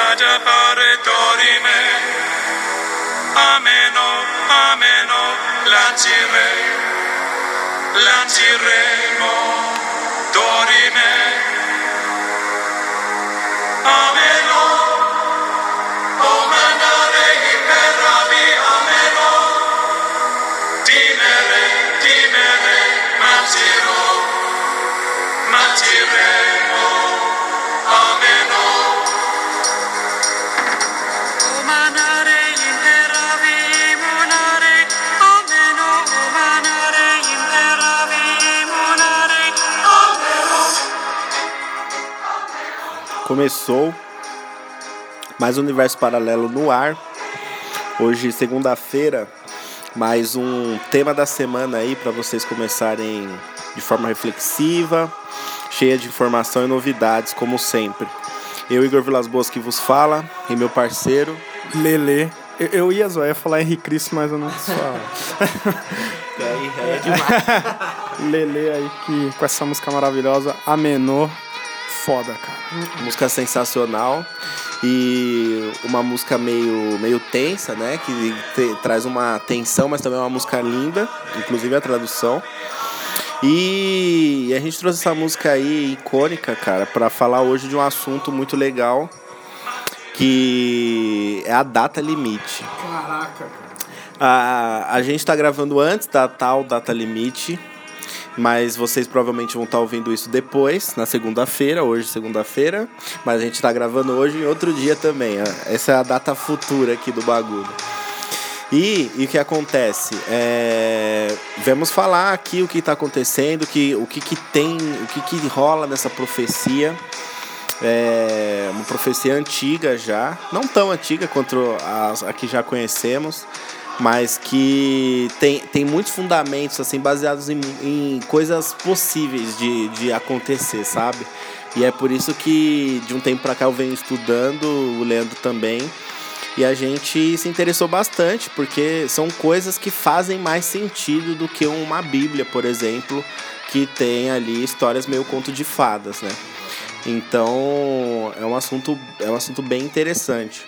raja pare dorime. Ameno, ameno, lanciremo, dorime. Ameno, o mandare imperavi, ameno. Dimere, manciremo, ameno. O manare imperavi, monare, ameno. O manare imperavi, monare, ameno. Começou mais um Universo Paralelo no ar. Hoje, segunda-feira, mais um tema da semana aí para vocês começarem de forma reflexiva, cheia de informação e novidades, como sempre. Eu, Igor Vilas Boas, que vos fala, e meu parceiro Lelê. Eu ia falar Henrique Cristo, mas eu não quis falar. aí é demais. Lelê aí que, com essa música maravilhosa, Amenor, foda, cara. Música sensacional e uma música meio tensa, né? Que traz uma tensão, mas também é uma música linda, inclusive a tradução. E a gente trouxe essa música aí, icônica, cara, pra falar hoje de um assunto muito legal, que é a data limite. Caraca, cara. A gente tá gravando antes da tal data limite, mas vocês provavelmente vão estar ouvindo isso depois, na segunda-feira, hoje segunda-feira, mas a gente tá gravando hoje em outro dia também. Essa é a data futura aqui do bagulho. E o que acontece? Vamos falar aqui o que está acontecendo, o que rola nessa profecia. É uma profecia antiga já, não tão antiga quanto a que já conhecemos, mas que tem muitos fundamentos assim, baseados em coisas possíveis de acontecer, sabe? E é por isso que de um tempo para cá eu venho estudando, o Leandro também. E a gente se interessou bastante, porque são coisas que fazem mais sentido do que uma Bíblia, por exemplo, que tem ali histórias meio conto de fadas, né? Então, é um assunto bem interessante.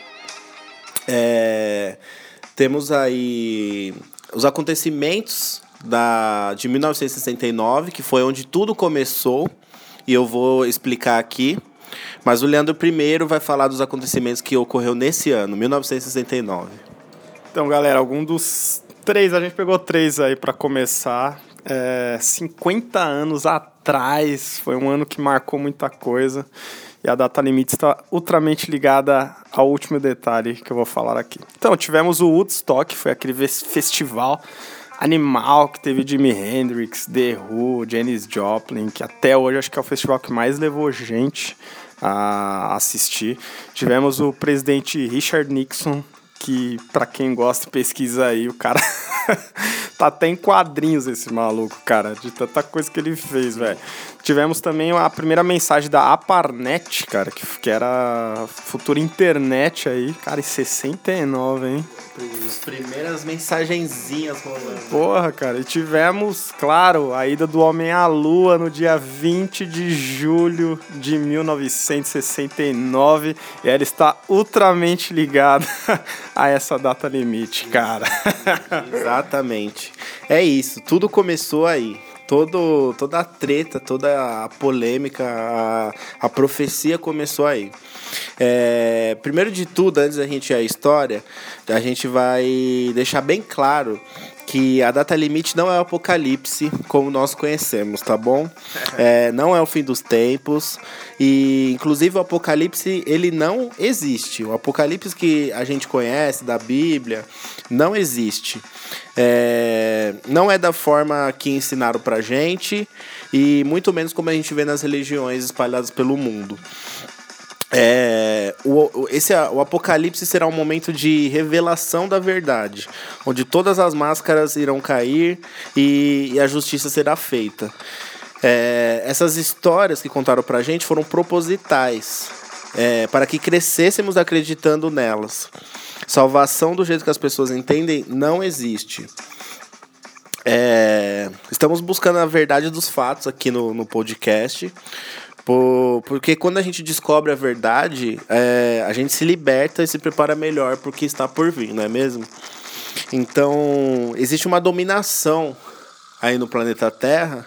Temos aí os acontecimentos de 1969, que foi onde tudo começou, e eu vou explicar aqui. Mas o Leandro primeiro vai falar dos acontecimentos que ocorreu nesse ano, 1969. Então, galera, algum dos três, a gente pegou três aí pra começar. 50 anos atrás, foi um ano que marcou muita coisa. E a data limite está ultramente ligada ao último detalhe que eu vou falar aqui. Então, tivemos o Woodstock, foi aquele festival animal que teve Jimi Hendrix, The Who, Janis Joplin, que até hoje acho que é o festival que mais levou gente a assistir. Tivemos o presidente Richard Nixon, que pra quem gosta pesquisa aí, o cara tá até em quadrinhos esse maluco, cara, de tanta coisa que ele fez, velho. Tivemos também a primeira mensagem da Aparnet, cara, que era a futura internet aí, cara, em 69, hein? As primeiras mensagenzinhas rolando. Porra, cara, e tivemos, claro, a ida do homem à lua no dia 20 de julho de 1969, e ela está ultramente ligada a essa data limite, cara. Exatamente. É isso, tudo começou aí. Toda a treta, toda a polêmica, a profecia começou aí. Primeiro de tudo, antes da gente ir à história, a gente vai deixar bem claro que a data limite não é o apocalipse como nós conhecemos, tá bom? Não é o fim dos tempos e, inclusive, o apocalipse, ele não existe. O apocalipse que a gente conhece da Bíblia não existe. Não é da forma que ensinaram pra gente e muito menos como a gente vê nas religiões espalhadas pelo mundo. O apocalipse será um momento de revelação da verdade, onde todas as máscaras irão cair e a justiça será feita. Essas histórias que contaram pra gente foram propositais, para que crescêssemos acreditando nelas. Salvação do jeito que as pessoas entendem não existe. Estamos buscando a verdade dos fatos aqui no podcast, Porque quando a gente descobre a verdade, a gente se liberta e se prepara melhor pro que está por vir, não é mesmo? Então, existe uma dominação aí no planeta Terra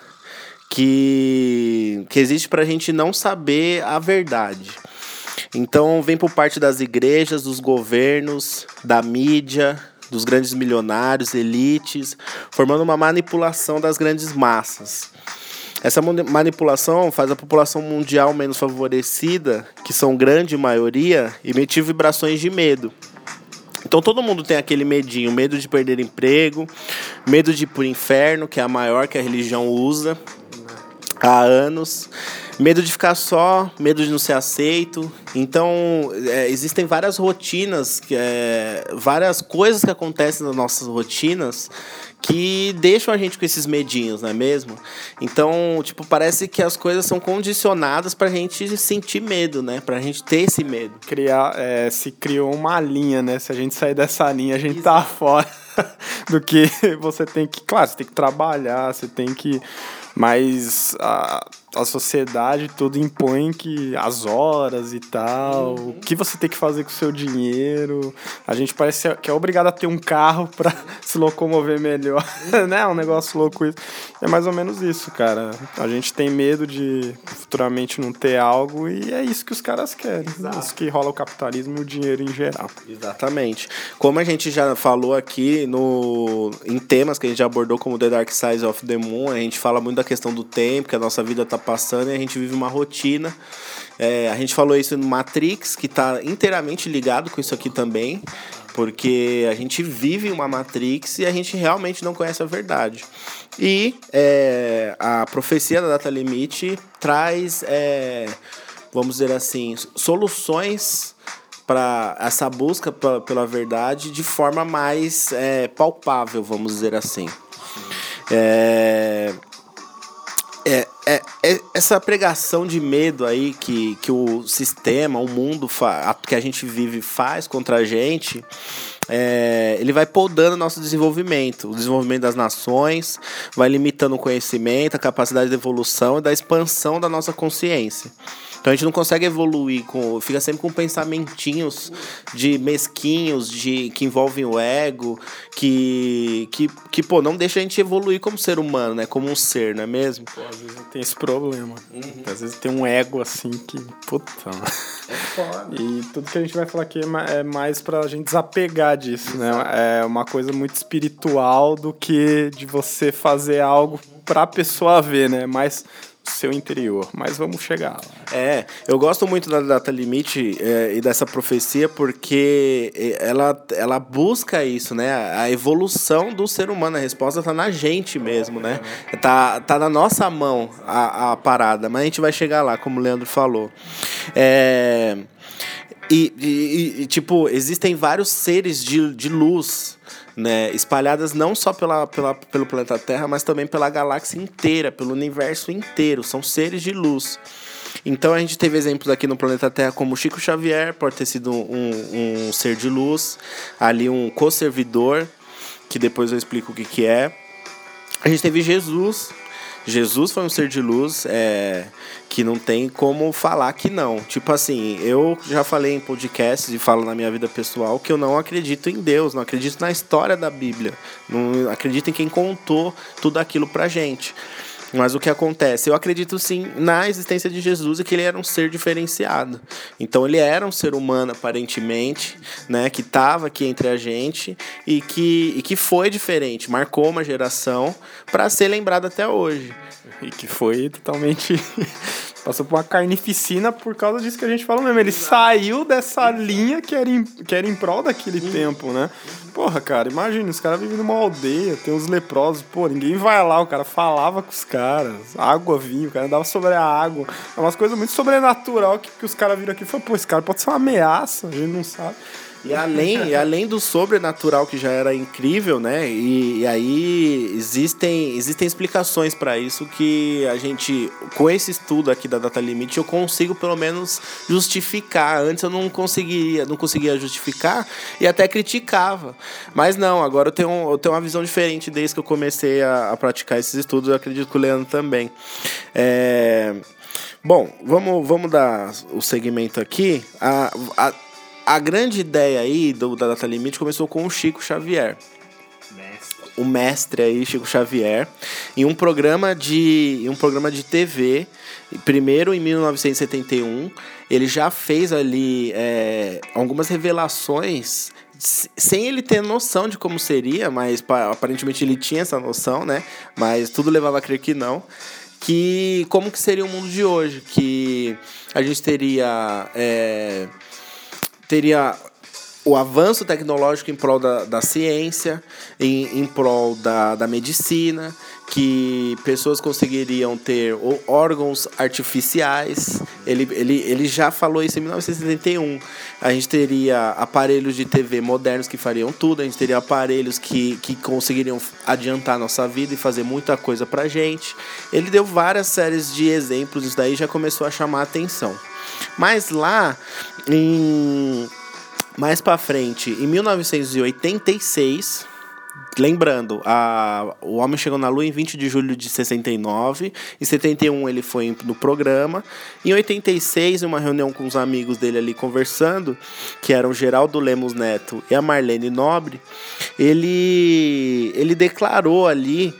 que existe pra gente não saber a verdade. Então, vem por parte das igrejas, dos governos, da mídia, dos grandes milionários, elites, formando uma manipulação das grandes massas. Essa manipulação faz a população mundial menos favorecida, que são grande maioria, emitir vibrações de medo. Então todo mundo tem aquele medinho, medo de perder emprego, medo de ir pro inferno, que é a maior que a religião usa há anos, medo de ficar só, medo de não ser aceito. Então existem várias rotinas, várias coisas que acontecem nas nossas rotinas que deixam a gente com esses medinhos, não é mesmo? Então, tipo, parece que as coisas são condicionadas pra gente sentir medo, né? Pra gente ter esse medo. Se criou uma linha, né? Se a gente sair dessa linha, a gente tá fora do que você tem que... Claro, você tem que trabalhar, você tem que... Mas a sociedade tudo impõe que as horas e tal, o que você tem que fazer com o seu dinheiro. A gente parece que é obrigado a ter um carro pra se locomover melhor, né? É um negócio louco isso. É mais ou menos isso, cara. A gente tem medo de futuramente não ter algo e é isso que os caras querem. Exato. Isso que rola o capitalismo e o dinheiro em geral. Exatamente. Como a gente já falou aqui em temas que a gente já abordou, como The Dark Side of the Moon, a gente fala muito da questão do tempo, que a nossa vida tá passando e a gente vive uma rotina. A gente falou isso no Matrix, que tá inteiramente ligado com isso aqui também, porque a gente vive uma Matrix e a gente realmente não conhece a verdade. E a profecia da data limite traz, vamos dizer assim, soluções para essa busca pela verdade de forma mais palpável, vamos dizer assim. Essa pregação de medo aí que o sistema, o mundo que a gente vive faz contra a gente, ele vai podando o nosso desenvolvimento, o desenvolvimento das nações, vai limitando o conhecimento, a capacidade de evolução e da expansão da nossa consciência. Então a gente não consegue evoluir, fica sempre com pensamentinhos de mesquinhos, que envolvem o ego, que não deixa a gente evoluir como ser humano, né? Como um ser, não é mesmo? Pô, às vezes tem esse problema. Às vezes tem um ego assim que... Puta. É foda. E tudo que a gente vai falar aqui é mais pra gente desapegar disso, né? É uma coisa muito espiritual do que de você fazer algo pra pessoa ver, né? Mais seu interior, mas vamos chegar lá. Eu gosto muito da data limite e dessa profecia porque ela busca isso, né? A evolução do ser humano, a resposta tá na gente mesmo, né? Tá na nossa mão a parada, mas a gente vai chegar lá, como o Leandro falou. Tipo, existem vários seres de luz, né, espalhadas não só pelo planeta Terra, mas também pela galáxia inteira, pelo universo inteiro. São seres de luz. Então a gente teve exemplos aqui no planeta Terra como Chico Xavier, pode ter sido um ser de luz, ali um co-servidor, que depois eu explico o que é. A gente teve Jesus. Jesus foi um ser de luz que não tem como falar que não. Tipo assim, eu já falei em podcasts e falo na minha vida pessoal que eu não acredito em Deus, não acredito na história da Bíblia, não acredito em quem contou tudo aquilo pra gente. Mas o que acontece? Eu acredito sim na existência de Jesus e que ele era um ser diferenciado. Então ele era um ser humano aparentemente, né, que estava aqui entre a gente e que foi diferente, marcou uma geração para ser lembrado até hoje. E que foi totalmente... Passou por uma carnificina por causa disso que a gente falou mesmo. Ele saiu dessa linha que era em prol daquele tempo, né? Porra, cara, imagina, os caras vivem numa aldeia, tem uns leprosos, pô, ninguém vai lá, o cara falava com os caras, água, vinho, o cara andava sobre a água. É umas coisas muito sobrenatural que os caras viram aqui e falaram, pô, esse cara pode ser uma ameaça, a gente não sabe. E além do sobrenatural, que já era incrível, né? E aí existem explicações para isso que a gente, com esse estudo aqui da data limite, eu consigo pelo menos justificar. Antes eu não conseguia justificar e até criticava. Mas não, agora eu tenho uma visão diferente desde que eu comecei a praticar esses estudos. Eu acredito que o Leandro também. Bom, vamos dar o segmento aqui. A grande ideia aí da Data Limite começou com o Chico Xavier. O mestre aí, Chico Xavier, em um programa de TV, primeiro em 1971, ele já fez ali algumas revelações sem ele ter noção de como seria, mas aparentemente ele tinha essa noção, né? Mas tudo levava a crer que não. Que como que seria o mundo de hoje, que a gente teria o avanço tecnológico em prol da ciência, em prol da medicina, que pessoas conseguiriam ter órgãos artificiais. Ele já falou isso em 1971. A gente teria aparelhos de TV modernos que fariam tudo, a gente teria aparelhos que conseguiriam adiantar a nossa vida e fazer muita coisa pra gente. Ele deu várias séries de exemplos, isso daí já começou a chamar a atenção. Mas lá, mais pra frente, em 1986, lembrando, o homem chegou na Lua em 20 de julho de 69, em 71 ele foi no programa, em 86, em uma reunião com os amigos dele ali conversando, que eram Geraldo Lemos Neto e a Marlene Nobre, ele declarou ali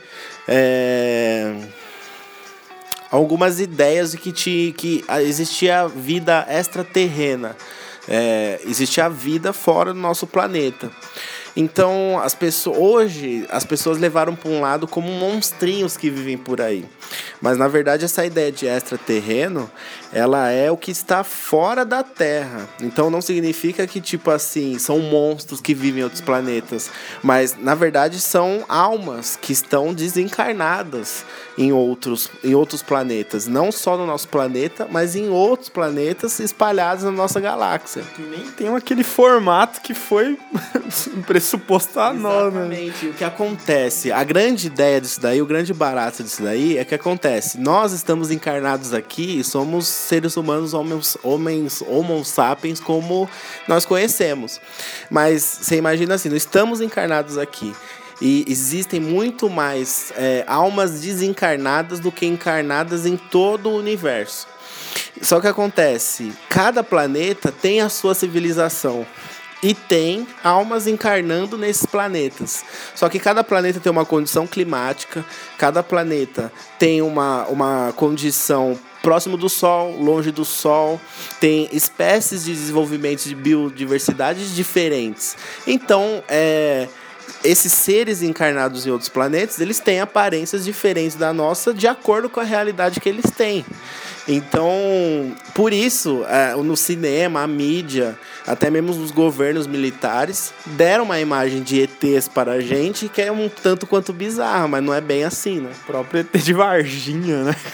algumas ideias de que existia vida extraterrena. Existia vida fora do nosso planeta. Então, hoje, as pessoas levaram para um lado como monstrinhos que vivem por aí. Mas, na verdade, essa ideia de extraterreno, ela é o que está fora da Terra. Então, não significa que, tipo assim, são monstros que vivem em outros planetas. Mas, na verdade, são almas que estão desencarnadas em outros planetas. Não só no nosso planeta, mas em outros planetas espalhados na nossa galáxia. Que nem tem aquele formato que foi pressuposto a nós, né? Exatamente. O que acontece, a grande ideia disso daí, o grande barato disso daí é que acontece, nós estamos encarnados aqui e somos seres humanos, homo sapiens, como nós conhecemos. Mas você imagina assim, nós estamos encarnados aqui. E existem muito mais almas desencarnadas do que encarnadas em todo o universo. Só que acontece, cada planeta tem a sua civilização. E tem almas encarnando nesses planetas. Só que cada planeta tem uma condição climática, cada planeta tem uma condição próximo do Sol, longe do Sol, tem espécies de desenvolvimento de biodiversidade diferentes. Então, esses seres encarnados em outros planetas, eles têm aparências diferentes da nossa, de acordo com a realidade que eles têm. Então, por isso, no cinema, a mídia, até mesmo os governos militares, deram uma imagem de ETs para a gente que é um tanto quanto bizarra, mas não é bem assim, né? O próprio ET de Varginha, né?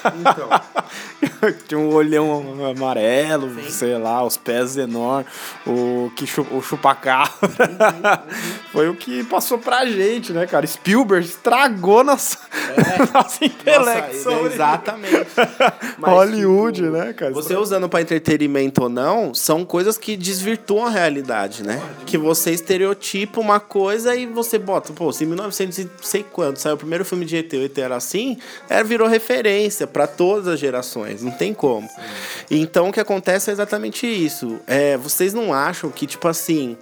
Então. Tinha um olhão amarelo, sei lá, os pés enormes, o chupacabra. Foi o que passou pra gente, né, cara? Spielberg estragou nossa intelecção. Exatamente. Mas, Hollywood, né, cara? Você usando pra entretenimento ou não, são coisas que desvirtuam a realidade, né? Que você estereotipa uma coisa e você bota, se em 1900 e sei quando saiu o primeiro filme de ET, o ET era assim, virou referência pra todas as gerações, não tem como. Sim. Então o que acontece é exatamente isso. Vocês não acham que, tipo assim,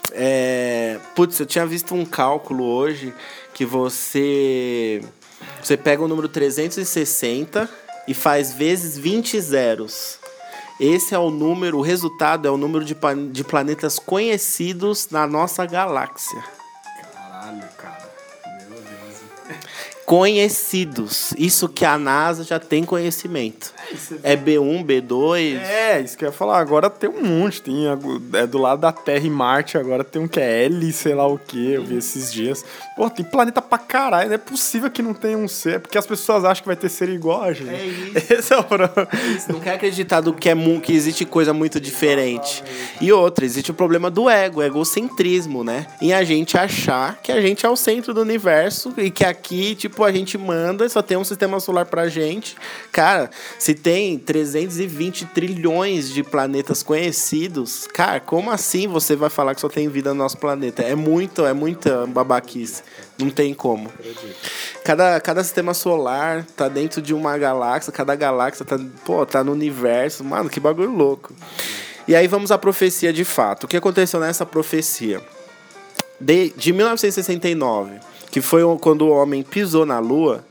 eu tinha visto um cálculo hoje que você pega o número 360 e faz vezes 20 zeros. Esse é o resultado é o número de planetas conhecidos na nossa galáxia. Caralho, cara. Meu Deus. Conhecidos. Isso que a NASA já tem conhecimento. É B1, B2. Isso que eu ia falar. Agora tem um monte. Tem do lado da Terra e Marte. Agora tem um que é L, sei lá o que. Eu vi esses dias. Pô, tem planeta pra caralho. Não é possível que não tenha um ser. Porque as pessoas acham que vai ter ser igual a gente. É isso. Esse é o problema. Não quer acreditar que existe coisa muito diferente. E outra, existe o problema do ego, egocentrismo, né? Em a gente achar que a gente é o centro do universo e que aqui, tipo tipo, a gente manda, só tem um sistema solar pra gente. Cara, se tem 320 trilhões de planetas conhecidos, cara, como assim você vai falar que só tem vida no nosso planeta? É muita babaquice. Não tem como. Cada sistema solar tá dentro de uma galáxia, cada galáxia tá no universo. Mano, que bagulho louco. E aí vamos à profecia de fato. O que aconteceu nessa profecia? De 1969, que foi quando o homem pisou na Lua,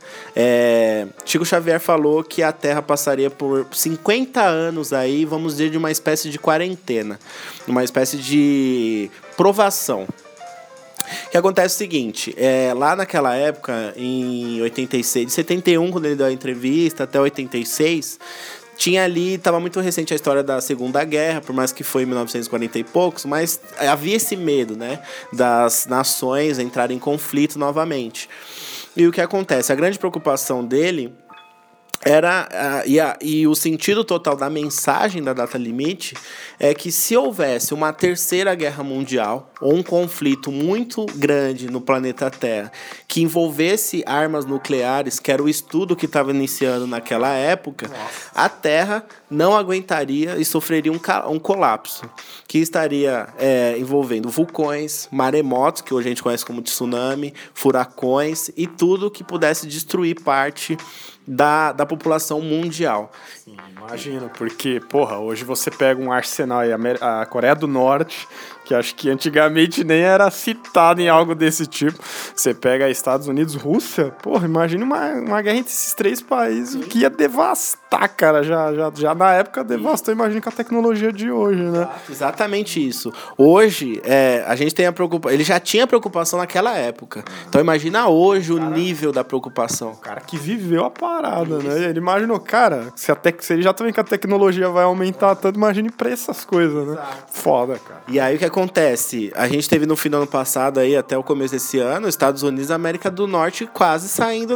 Chico Xavier falou que a Terra passaria por 50 anos aí, vamos dizer, de uma espécie de quarentena, uma espécie de provação. O que acontece é o seguinte, lá naquela época, em 86, de 71, quando ele deu a entrevista, até 86... tinha ali, estava muito recente a história da Segunda Guerra, por mais que foi em 1940 e poucos, mas havia esse medo, né, das nações entrarem em conflito novamente. E o que acontece? A grande preocupação dele era, e o sentido total da mensagem da data limite é que se houvesse uma terceira guerra mundial ou um conflito muito grande no planeta Terra que envolvesse armas nucleares, que era o estudo que estava iniciando naquela época, a Terra não aguentaria e sofreria um colapso, que estaria envolvendo vulcões, maremotos, que hoje a gente conhece como tsunami, furacões e tudo que pudesse destruir parte da população mundial. Sim, imagina, porque, hoje você pega um arsenal aí, a Coreia do Norte, que acho que antigamente nem era citado em algo desse tipo. Você pega Estados Unidos, Rússia, imagina uma guerra entre esses três países, o que ia devastar, cara. Já na época devastou, imagina com a tecnologia de hoje, né? Exatamente isso. Hoje, a gente tem a preocupação. Ele já tinha preocupação naquela época. Então imagina hoje o nível da preocupação. O cara que viveu a parada, né? Ele imaginou, cara, se ele já tá vendo que a tecnologia vai aumentar tanto, imagine pra essas coisas, né? Exato. Foda, cara. E aí o que acontece? A gente teve no fim do ano passado, aí, até o começo desse ano, Estados Unidos e América do Norte quase saindo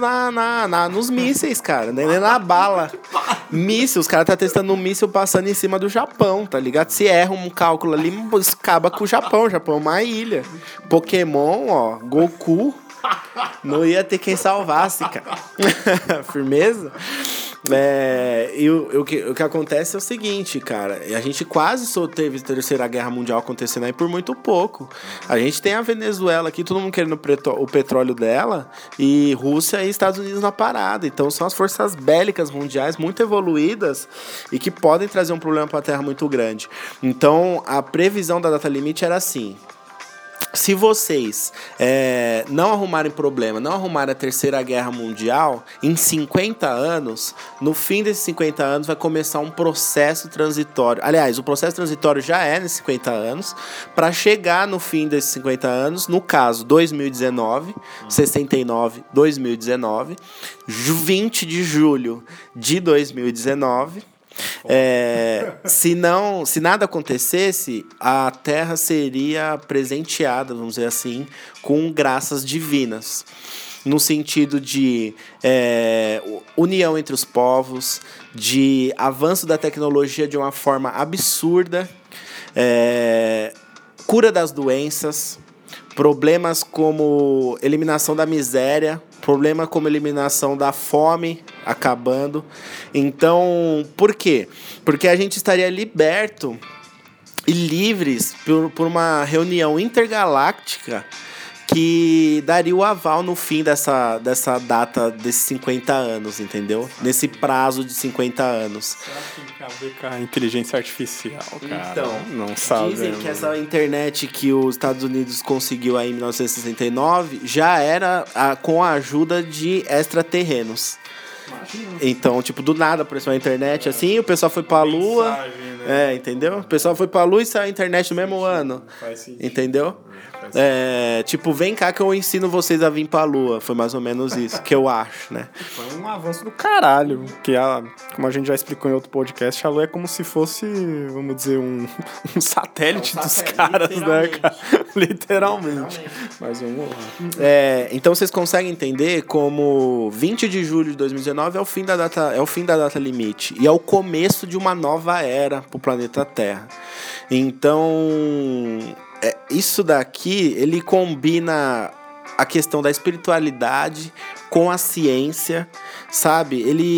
nos mísseis, cara. Nem na bala. Míssil, os caras tá testando um míssil passando em cima do Japão, tá ligado? Se erra um cálculo ali, acaba com o Japão. O Japão é uma ilha. Pokémon, Goku, não ia ter quem salvasse, cara. Firmeza? E o que acontece é o seguinte, cara, a gente quase só teve a Terceira Guerra Mundial acontecendo aí por muito pouco. A gente tem a Venezuela aqui, todo mundo querendo o petróleo dela, e Rússia e Estados Unidos na parada. Então são as forças bélicas mundiais muito evoluídas e que podem trazer um problema para a Terra muito grande. Então a previsão da data limite era assim: se vocês não arrumarem problema, não arrumarem a Terceira Guerra Mundial, em 50 anos, no fim desses 50 anos vai começar um processo transitório. Aliás, o processo transitório já é nesses 50 anos, para chegar no fim desses 50 anos, no caso 2019, 69, 2019, 20 de julho de 2019... se nada acontecesse, a Terra seria presenteada, vamos dizer assim, com graças divinas, no sentido de união entre os povos, de avanço da tecnologia de uma forma absurda, cura das doenças, problemas como eliminação da miséria, problema como eliminação da fome acabando. Então, por quê? Porque a gente estaria liberto e livres por uma reunião intergaláctica que daria o aval no fim dessa data desses 50 anos, entendeu? Nesse prazo de 50 anos. Será que tem a ver com a inteligência artificial, cara? Então, não sabe. Dizem que essa internet que os Estados Unidos conseguiu aí em 1969 já era com a ajuda de extraterrenos. Então, do nada apareceu a internet assim, o pessoal foi pra Lua. Mensagem, né? Entendeu? O pessoal foi pra Lua e saiu a internet no mesmo ano. Faz sentido. Entendeu? Vem cá que eu ensino vocês a vir pra Lua. Foi mais ou menos isso que eu acho, né? Foi um avanço do caralho. Que como a gente já explicou em outro podcast, a Lua é como se fosse, vamos dizer, um satélite dos caras, né, cara? Literalmente. Mas vamos lá. Então vocês conseguem entender como 20 de julho de 2019 é o fim da data limite. E é o começo de uma nova era pro planeta Terra. Então, isso daqui, ele combina a questão da espiritualidade com a ciência, sabe?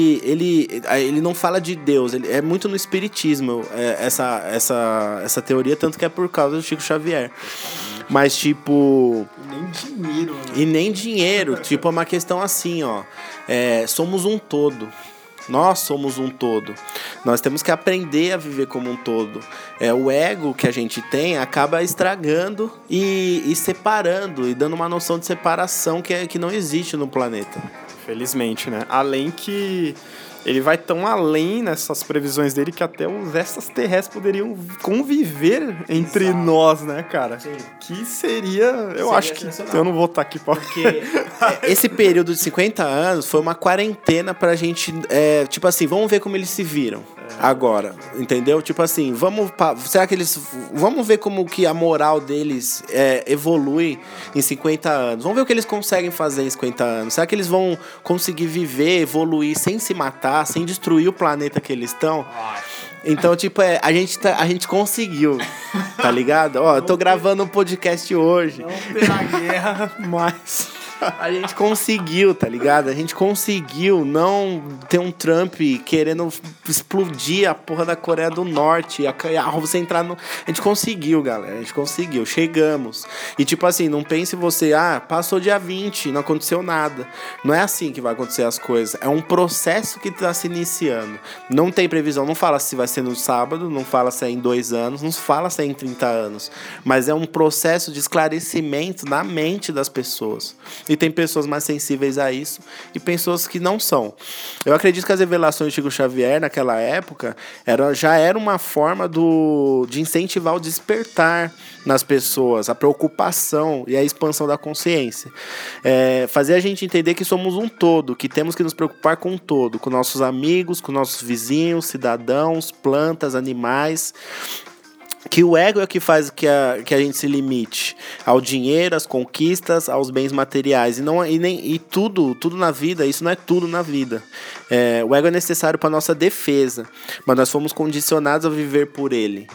Ele não fala de Deus, ele é muito no espiritismo, essa teoria, tanto que é por causa do Chico Xavier. Mas, tipo... Nem dinheiro, né? E nem dinheiro. Tipo, é uma questão assim, ó. Somos um todo. Nós somos um todo. Nós temos que aprender a viver como um todo. O ego que a gente tem acaba estragando e separando, e dando uma noção de separação que não existe no planeta. Felizmente, né? Além que ele vai tão além nessas previsões dele que até os extraterrestres poderiam conviver entre nós, né, cara? Sim. Que seria... Eu acho que... Eu não vou estar aqui pra... Porque esse período de 50 anos foi uma quarentena pra gente... tipo assim, vamos ver como eles se viram agora, entendeu? Tipo assim, será que eles... Vamos ver como que a moral deles evolui em 50 anos. Vamos ver o que eles conseguem fazer em 50 anos. Será que eles vão conseguir viver, evoluir sem se matar, sem destruir o planeta que eles estão? Então, tipo, a gente conseguiu, tá ligado? Ó, eu tô gravando um podcast hoje. Não terá guerra, mas... A gente conseguiu, tá ligado? A gente conseguiu não ter um Trump querendo explodir a porra da Coreia do Norte, você entrar no... A gente conseguiu, galera, a gente conseguiu, chegamos. E tipo assim, não pense você, passou dia 20, não aconteceu nada. Não é assim que vai acontecer as coisas, é um processo que tá se iniciando. Não tem previsão, não fala se vai ser no sábado, não fala se é em 2 anos, não fala se é em 30 anos, mas é um processo de esclarecimento na mente das pessoas. E tem pessoas mais sensíveis a isso e pessoas que não são. Eu acredito que as revelações de Chico Xavier naquela época já era uma forma de incentivar o despertar nas pessoas, a preocupação e a expansão da consciência. Fazer a gente entender que somos um todo, que temos que nos preocupar com um todo, com nossos amigos, com nossos vizinhos, cidadãos, plantas, animais. Que o ego é o que faz que a gente se limite ao dinheiro, às conquistas, aos bens materiais. E tudo na vida, isso não é tudo na vida. O ego é necessário para nossa defesa, mas nós fomos condicionados a viver por ele.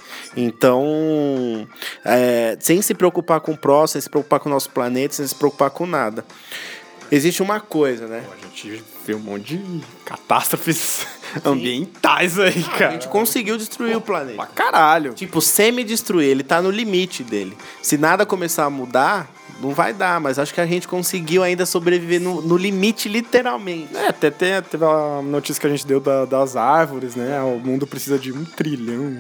Então, sem se preocupar com o próximo, sem se preocupar com o nosso planeta, sem se preocupar com nada. Existe uma coisa, né? A gente vê um monte de catástrofes ambientais aí, cara. A gente conseguiu destruir o planeta. Pra caralho. Tipo, semi-destruir, ele tá no limite dele. Se nada começar a mudar, não vai dar, mas acho que a gente conseguiu ainda sobreviver no limite, literalmente. Até teve a notícia que a gente deu das árvores, né? O mundo precisa de 1 trilhão,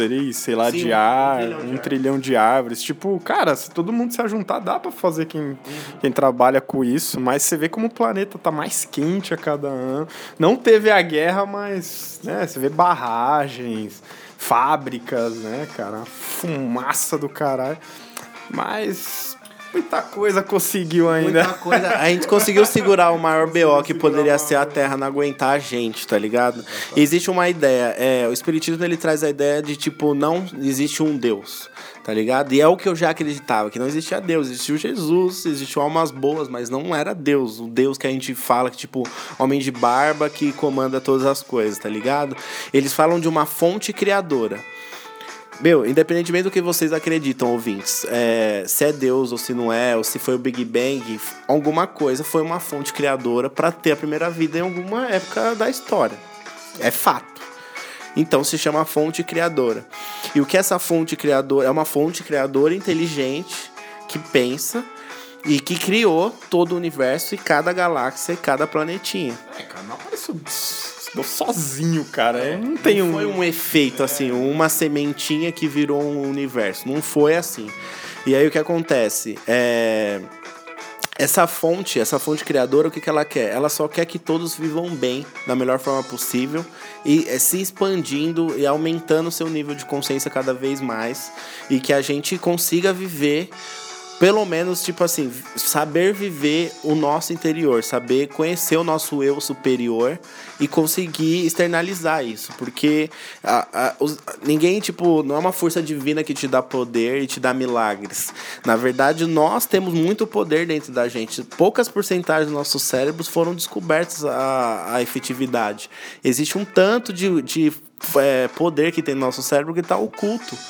Sim, 1 trilhão de árvores. Tipo, cara, se todo mundo se ajuntar, dá pra fazer quem trabalha com isso, mas você vê como o planeta tá mais quente a cada ano. Não teve a guerra, mas, né, você vê barragens, fábricas, né, cara? Fumaça do caralho. Mas... muita coisa conseguiu ainda. Muita coisa. A gente conseguiu segurar o maior BO que poderia ser a Terra não aguentar a gente, tá ligado? E existe uma ideia. O Espiritismo, ele traz a ideia de, tipo, não existe um Deus, tá ligado? E é o que eu já acreditava, que não existia Deus. Existiu Jesus, existiu almas boas, mas não era Deus. O Deus que a gente fala, que, tipo, homem de barba que comanda todas as coisas, tá ligado? Eles falam de uma fonte criadora. Independentemente do que vocês acreditam, ouvintes, se é Deus ou se não é, ou se foi o Big Bang, alguma coisa foi uma fonte criadora para ter a primeira vida em alguma época da história. É fato. Então se chama fonte criadora. E o que essa fonte criadora... É uma fonte criadora inteligente que pensa e que criou todo o universo e cada galáxia e cada planetinha. Cara, não apareceu sozinho, cara. Não tem Foi um efeito, assim, uma sementinha que virou um universo. Não foi assim. E aí o que acontece? Essa fonte criadora, o que ela quer? Ela só quer que todos vivam bem, da melhor forma possível, e se expandindo e aumentando seu nível de consciência cada vez mais, e que a gente consiga viver... Pelo menos, tipo assim, saber viver o nosso interior, saber conhecer o nosso eu superior e conseguir externalizar isso. Porque ninguém, tipo, não é uma força divina que te dá poder e te dá milagres. Na verdade, nós temos muito poder dentro da gente. Poucas porcentagens dos nossos cérebros foram descobertas a efetividade. Existe um tanto de poder que tem no nosso cérebro que está oculto,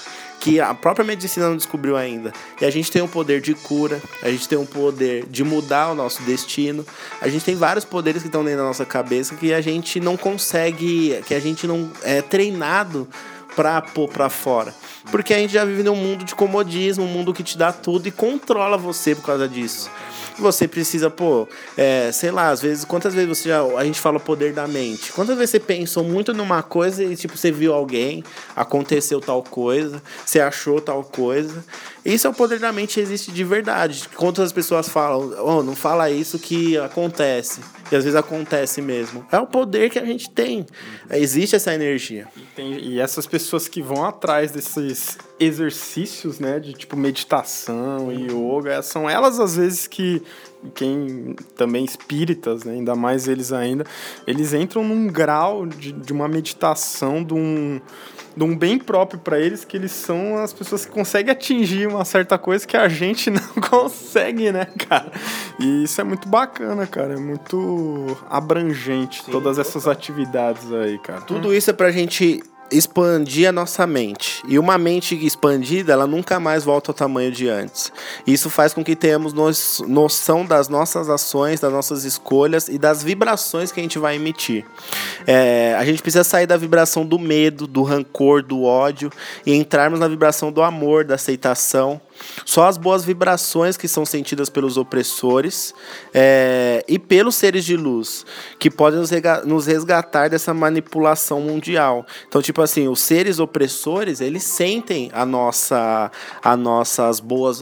que a própria medicina não descobriu ainda. E a gente tem um poder de cura, a gente tem um poder de mudar o nosso destino, a gente tem vários poderes que estão dentro da nossa cabeça que a gente não consegue, que a gente não é treinado pra pôr pra fora. Porque a gente já vive num mundo de comodismo, um mundo que te dá tudo e controla você por causa disso. Você precisa, sei lá, às vezes, quantas vezes a gente fala o poder da mente? Quantas vezes você pensou muito numa coisa e, tipo, você viu alguém, aconteceu tal coisa, você achou tal coisa. Isso é o poder da mente, existe de verdade. Quantas pessoas falam, não fala isso que acontece. E às vezes acontece mesmo. É o poder que a gente tem. Existe essa energia. E essas pessoas que vão atrás desses exercícios, né, de tipo meditação e yoga, são elas às vezes que quem também espíritas, né, ainda mais eles ainda, eles entram num grau de uma meditação, de um bem próprio para eles, que eles são as pessoas que conseguem atingir uma certa coisa que a gente não consegue, né, cara? E isso é muito bacana, cara, é muito abrangente. Sim, todas essas atividades aí, cara. Tudo isso é pra gente expandir a nossa mente. E uma mente expandida, ela nunca mais volta ao tamanho de antes. Isso faz com que tenhamos noção das nossas ações, das nossas escolhas e das vibrações que a gente vai emitir. A gente precisa sair da vibração do medo, do rancor, do ódio e entrarmos na vibração do amor, da aceitação. Só as boas vibrações que são sentidas pelos opressores e pelos seres de luz, que podem nos resgatar dessa manipulação mundial. Então, tipo assim, os seres opressores, eles sentem as nossas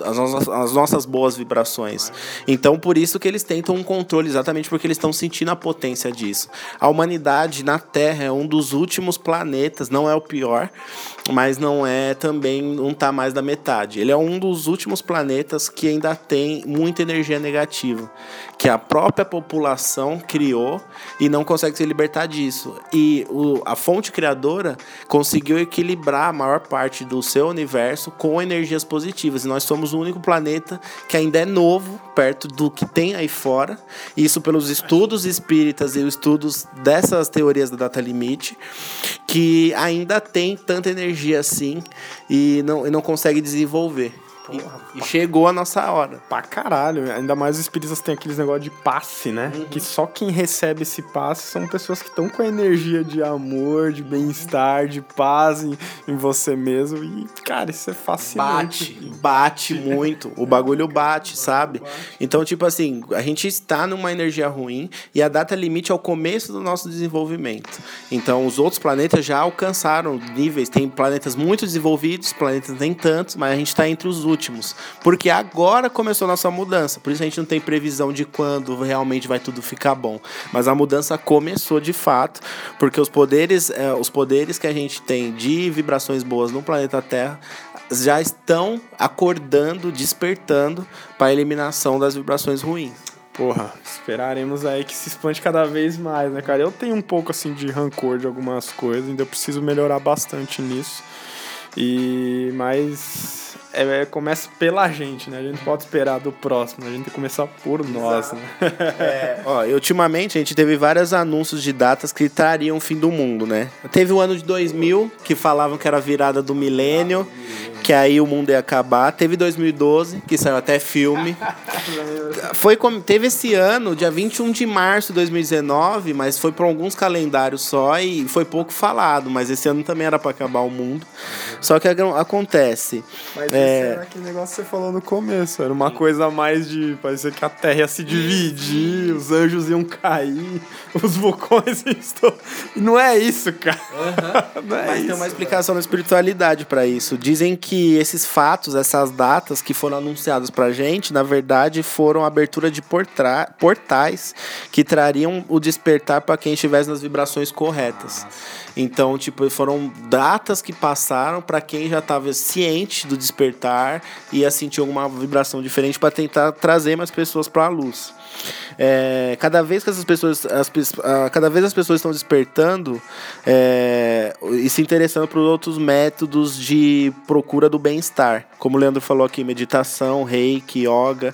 boas vibrações. Então, por isso que eles tentam um controle, exatamente porque eles estão sentindo a potência disso. A humanidade na Terra é um dos últimos planetas, não é o pior, mas não está mais da metade. Ele é um dos últimos planetas que ainda tem muita energia negativa, que a própria população criou e não consegue se libertar disso. E a fonte criadora conseguiu equilibrar a maior parte do seu universo com energias positivas. E nós somos o único planeta que ainda é novo, perto do que tem aí fora. Isso pelos estudos espíritas e os estudos dessas teorias da data limite, que ainda tem tanta energia assim e não consegue desenvolver. E chegou a nossa hora. Pra caralho. Ainda mais os espíritas têm aqueles negócios de passe, né? Uhum. Que só quem recebe esse passe são pessoas que estão com a energia de amor, de bem-estar, de paz em você mesmo. E, cara, isso é fascinante. Bate muito. O bagulho bate, sabe? Então, tipo assim, a gente está numa energia ruim e a data limite é o começo do nosso desenvolvimento. Então, os outros planetas já alcançaram níveis. Tem planetas muito desenvolvidos, planetas nem tantos, mas a gente está entre os últimos. Porque agora começou a nossa mudança. Por isso a gente não tem previsão de quando realmente vai tudo ficar bom. Mas a mudança começou de fato, porque os poderes que a gente tem de vibrações boas no planeta Terra já estão acordando, despertando para a eliminação das vibrações ruins. Porra, esperaremos aí que se expande cada vez mais, né, cara? Eu tenho um pouco, assim, de rancor de algumas coisas, ainda preciso melhorar bastante nisso. Mas começa pela gente, né? A gente não pode esperar do próximo, a gente tem que começar por nós, né? Ultimamente a gente teve vários anúncios de datas que trariam o fim do mundo, né? Teve o ano de 2000, que falavam que era a virada do milênio, que aí o mundo ia acabar. Teve 2012, que saiu até filme. Teve esse ano, dia 21 de março de 2019, mas foi por alguns calendários só e foi pouco falado, mas esse ano também era para acabar o mundo. Só que acontece. Mas esse era aquele negócio que você falou no começo. Era uma coisa mais de parecer que a Terra ia se dividir, os anjos iam cair, os vulcões iam... Não é isso, cara. Uhum. Mas tem uma explicação na espiritualidade para isso. Dizem que esses fatos, essas datas que foram anunciadas pra gente, na verdade, foram a abertura de portais que trariam o despertar para quem estivesse nas vibrações corretas. Então, tipo, foram datas que passaram para quem já estava ciente do despertar e ia sentir alguma vibração diferente para tentar trazer mais pessoas para a luz. Cada vez que as pessoas estão despertando e se interessando por outros métodos de procura do bem-estar, como o Leandro falou aqui, meditação, reiki, yoga,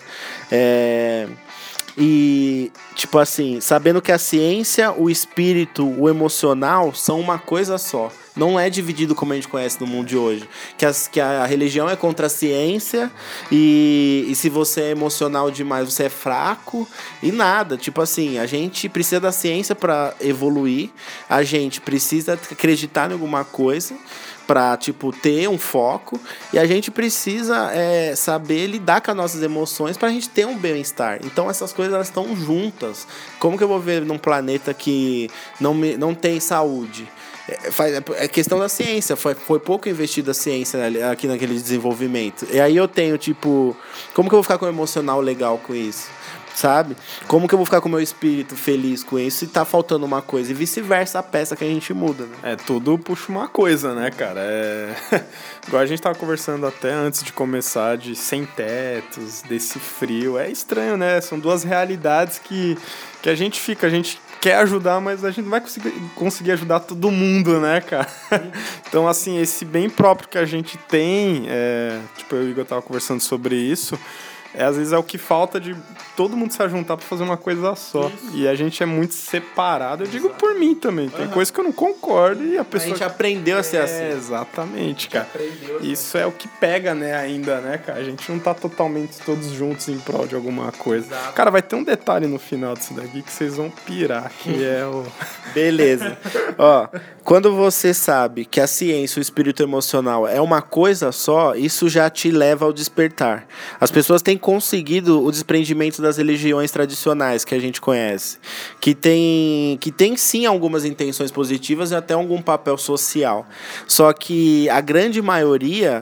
e, tipo assim, sabendo que a ciência, o espírito, o emocional são uma coisa só. Não é dividido como a gente conhece no mundo de hoje. Que a religião é contra a ciência e se você é emocional demais, você é fraco e nada. Tipo assim, a gente precisa da ciência para evoluir, a gente precisa acreditar em alguma coisa pra, tipo, ter um foco, e a gente precisa saber lidar com as nossas emoções pra gente ter um bem-estar. Então essas coisas, elas estão juntas. Como que eu vou viver num planeta que não tem saúde? É questão da ciência, foi pouco investido a ciência aqui naquele desenvolvimento. E aí eu tenho, tipo, como que eu vou ficar com o emocional legal com isso? Sabe? Como que eu vou ficar com o meu espírito feliz com isso se tá faltando uma coisa? E vice-versa, a peça que a gente muda, né? Tudo puxa uma coisa, né, cara? Igual a gente tava conversando até antes de começar, de sem tetos, desse frio. É estranho, né? São duas realidades que a gente quer ajudar, mas a gente não vai conseguir ajudar todo mundo, né, cara? Então, assim, esse bem próprio que a gente tem, tipo, eu e o Igor tava conversando sobre isso, às vezes é o que falta de todo mundo se juntar pra fazer uma coisa só. Isso. E a gente é muito separado. Eu digo por mim também. Tem coisa que eu não concordo e a pessoa... A gente aprendeu a ser assim. Exatamente, cara. Isso é o que pega, né, ainda, né, cara? A gente não tá totalmente todos juntos em prol de alguma coisa. Exato. Cara, vai ter um detalhe no final disso daqui que vocês vão pirar, que é o... Beleza. Ó, quando você sabe que a ciência, o espírito emocional é uma coisa só, isso já te leva ao despertar. As pessoas têm conseguido o desprendimento das religiões tradicionais que a gente conhece, que tem sim algumas intenções positivas e até algum papel social. Só que a grande maioria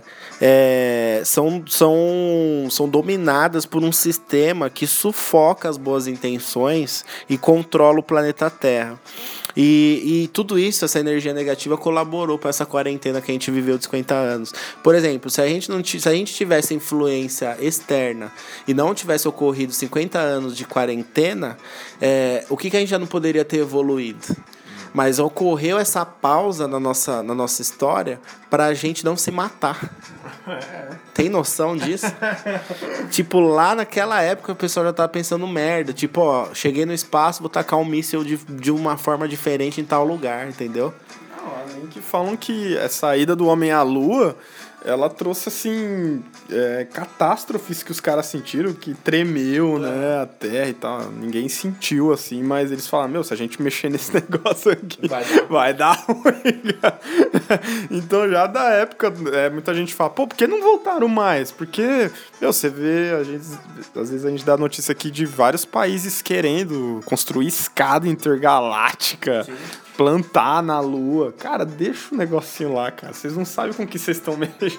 são dominadas por um sistema que sufoca as boas intenções e controla o planeta Terra. E tudo isso, essa energia negativa, colaborou para essa quarentena que a gente viveu de 50 anos. Por exemplo, se a gente tivesse influência externa e não tivesse ocorrido 50 anos de quarentena, o que a gente já não poderia ter evoluído? Mas ocorreu essa pausa na nossa história para a gente não se matar. Tem noção disso? Tipo, lá naquela época o pessoal já tava pensando merda. Tipo, ó, cheguei no espaço, vou tacar um míssil de uma forma diferente em tal lugar, entendeu? Não, além que falam que a saída do homem à lua, ela trouxe, assim, catástrofes que os caras sentiram, que tremeu, né, a terra e tal. Ninguém sentiu, assim, mas eles falaram, se a gente mexer nesse negócio aqui, vai dar ruim. Então, já da época, muita gente fala, por que não voltaram mais? Porque, você vê, às vezes a gente dá notícia aqui de vários países querendo construir escada intergaláctica, sim, plantar na lua. Cara, deixa o negocinho lá, cara. Vocês não sabem com que vocês estão mexendo.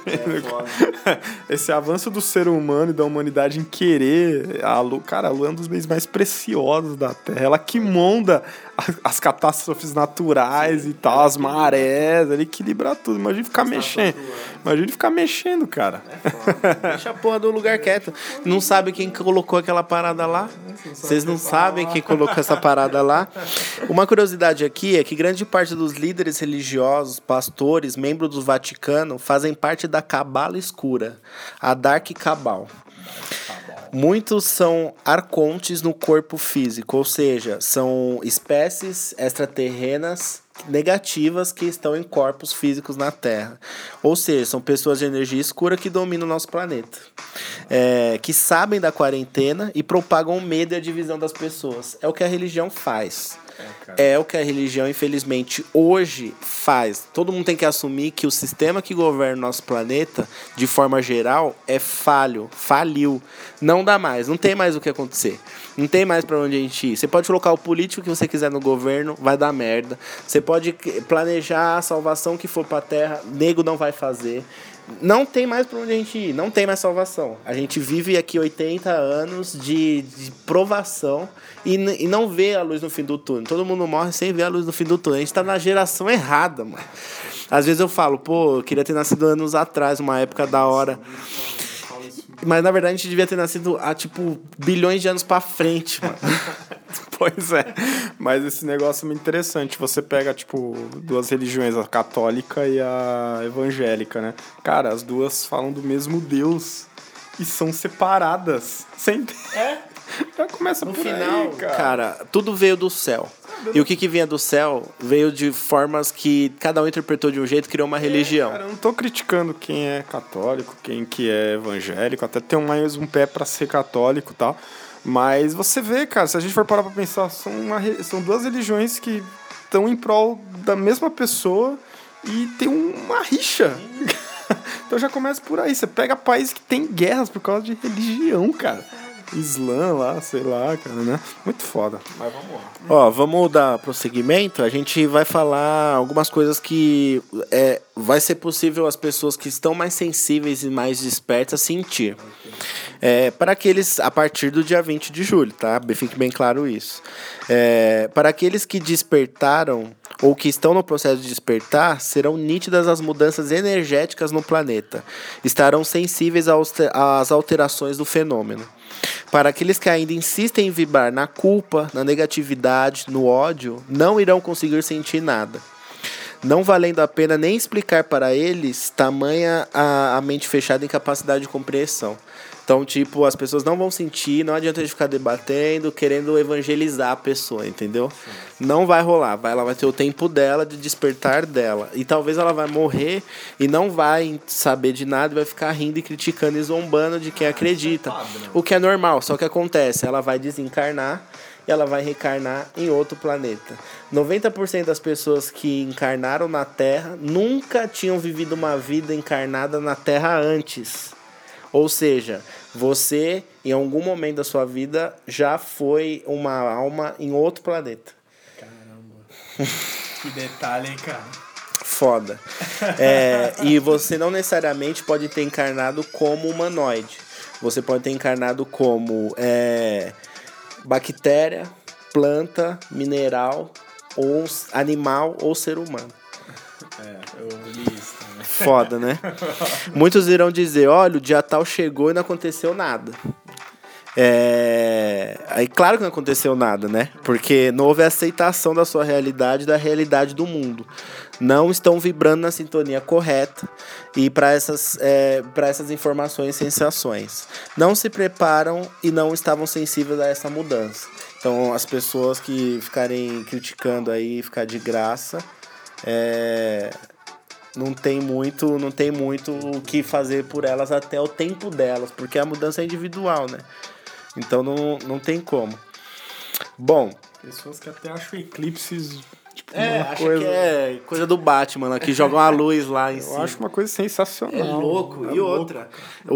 Esse avanço do ser humano e da humanidade em querer a lua. Cara, a lua é um dos bens mais preciosos da Terra. Ela que monda as catástrofes naturais, sim, e tal, as marés, ela equilibra tudo. Imagina ficar mexendo. Imagina ficar mexendo, cara. Deixa a porra do lugar quieto. Não sabe quem colocou aquela parada lá? Vocês não sabem quem colocou essa parada lá? Uma curiosidade aqui é que grande parte dos líderes religiosos, pastores, membros do Vaticano fazem parte da Cabala Escura, a Dark Cabal. Muitos são arcontes no corpo físico, ou seja, são espécies extraterrenas negativas que estão em corpos físicos na Terra. Ou seja, são pessoas de energia escura que dominam o nosso planeta. Que sabem da quarentena e propagam o medo e a divisão das pessoas. É o que a religião faz. É o que a religião, infelizmente, hoje faz. Todo mundo tem que assumir que o sistema que governa o nosso planeta, de forma geral, faliu. Não dá mais, não tem mais o que acontecer. Não tem mais pra onde a gente ir. Você pode colocar o político que você quiser no governo, vai dar merda. Você pode planejar a salvação que for pra Terra, nego não vai fazer. Não tem mais pra onde a gente ir, não tem mais salvação. A gente vive aqui 80 anos de provação e não vê a luz no fim do túnel. Todo mundo morre sem ver a luz no fim do túnel. A gente tá na geração errada, mano. Às vezes eu falo, eu queria ter nascido anos atrás, uma época da hora. Mas na verdade a gente devia ter nascido há, bilhões de anos pra frente, mano. Pois é, mas esse negócio é muito interessante. Você pega, duas religiões, a católica e a evangélica, né? Cara, as duas falam do mesmo Deus e são separadas. Sem... Já começa no por final, aí, cara, tudo veio do céu. E o que vinha do céu veio de formas que cada um interpretou de um jeito e criou uma religião. Cara, eu não tô criticando quem é católico, quem que é evangélico, até tem mais um pé pra ser católico e tal. Mas você vê, cara, se a gente for parar pra pensar, são duas religiões que estão em prol da mesma pessoa e tem uma rixa. Então já começa por aí. Você pega países que tem guerras por causa de religião, cara. Islã lá, sei lá, cara, né? Muito foda. Mas vamos lá. Ó, vamos dar prosseguimento. A gente vai falar algumas coisas que vai ser possível as pessoas que estão mais sensíveis e mais despertas sentir. Para aqueles, a partir do dia 20 de julho, tá? Fique bem claro isso. Para aqueles que despertaram ou que estão no processo de despertar, serão nítidas as mudanças energéticas no planeta. Estarão sensíveis às alterações do fenômeno. Para aqueles que ainda insistem em vibrar na culpa, na negatividade, no ódio, não irão conseguir sentir nada. Não valendo a pena nem explicar para eles tamanha a mente fechada e incapacidade de compreensão. Então, tipo, as pessoas não vão sentir, não adianta a gente ficar debatendo, querendo evangelizar a pessoa, entendeu? Não vai rolar, ela vai ter o tempo dela, de despertar dela. E talvez ela vai morrer e não vai saber de nada e vai ficar rindo e criticando e zombando de quem acredita. O que é normal, só que acontece, ela vai desencarnar e ela vai reencarnar em outro planeta. 90% das pessoas que encarnaram na Terra nunca tinham vivido uma vida encarnada na Terra antes. Ou seja, você, em algum momento da sua vida, já foi uma alma em outro planeta. Caramba. Que detalhe, hein, cara? Foda. E você não necessariamente pode ter encarnado como humanoide. Você pode ter encarnado como bactéria, planta, mineral, ou animal ou ser humano. Eu li isso também. Foda, né? Muitos irão dizer, olha, o dia tal chegou e não aconteceu nada. Aí claro que não aconteceu nada, né? Porque não houve aceitação da sua realidade, da realidade do mundo. Não estão vibrando na sintonia correta e para essas informações e sensações. Não se preparam e não estavam sensíveis a essa mudança. Então as pessoas que ficarem criticando aí, ficar de graça, não tem muito o que fazer por elas até o tempo delas, porque a mudança é individual, né? Então não tem como. Bom, pessoas que até acham eclipses acho que é coisa do Batman, que joga uma luz lá em cima. Eu acho uma coisa sensacional. É louco. E outra,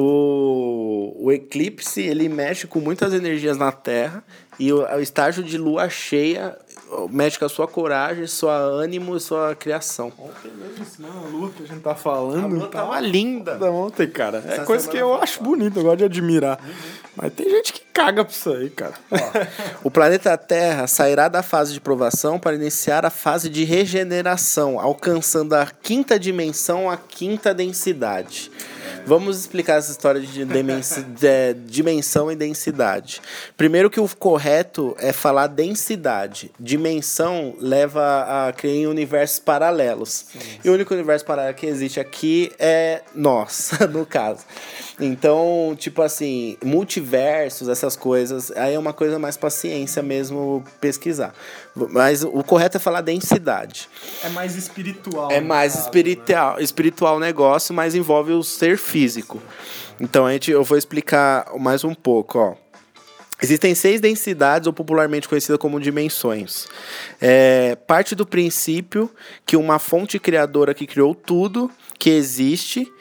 o eclipse, ele mexe com muitas energias na Terra e o estágio de lua cheia mexe com a sua coragem, sua ânimo e sua criação. Ontem mesmo, a lua que a gente tá falando. A lua tava linda. Ontem, cara. É coisa que eu acho bonita, eu gosto de admirar. Mas tem gente que caga pra isso aí, cara. O planeta Terra sairá da fase de provação para iniciar a fase de regeneração, alcançando a 5ª dimensão, a 5ª densidade. Vamos explicar essa história de dimensão e densidade. Primeiro que o correto é falar densidade. Dimensão leva a criar universos paralelos. Sim. E o único universo paralelo que existe aqui é nós, no caso. Então, tipo assim, multiversos, essas coisas, aí é uma coisa mais pra ciência mesmo pesquisar. Mas o correto é falar densidade. É mais espiritual. É mais espiritual o negócio, mas envolve o ser físico. Então eu vou explicar mais um pouco, ó. Existem 6 densidades, ou popularmente conhecidas como dimensões. Parte do princípio que uma fonte criadora que criou tudo que existe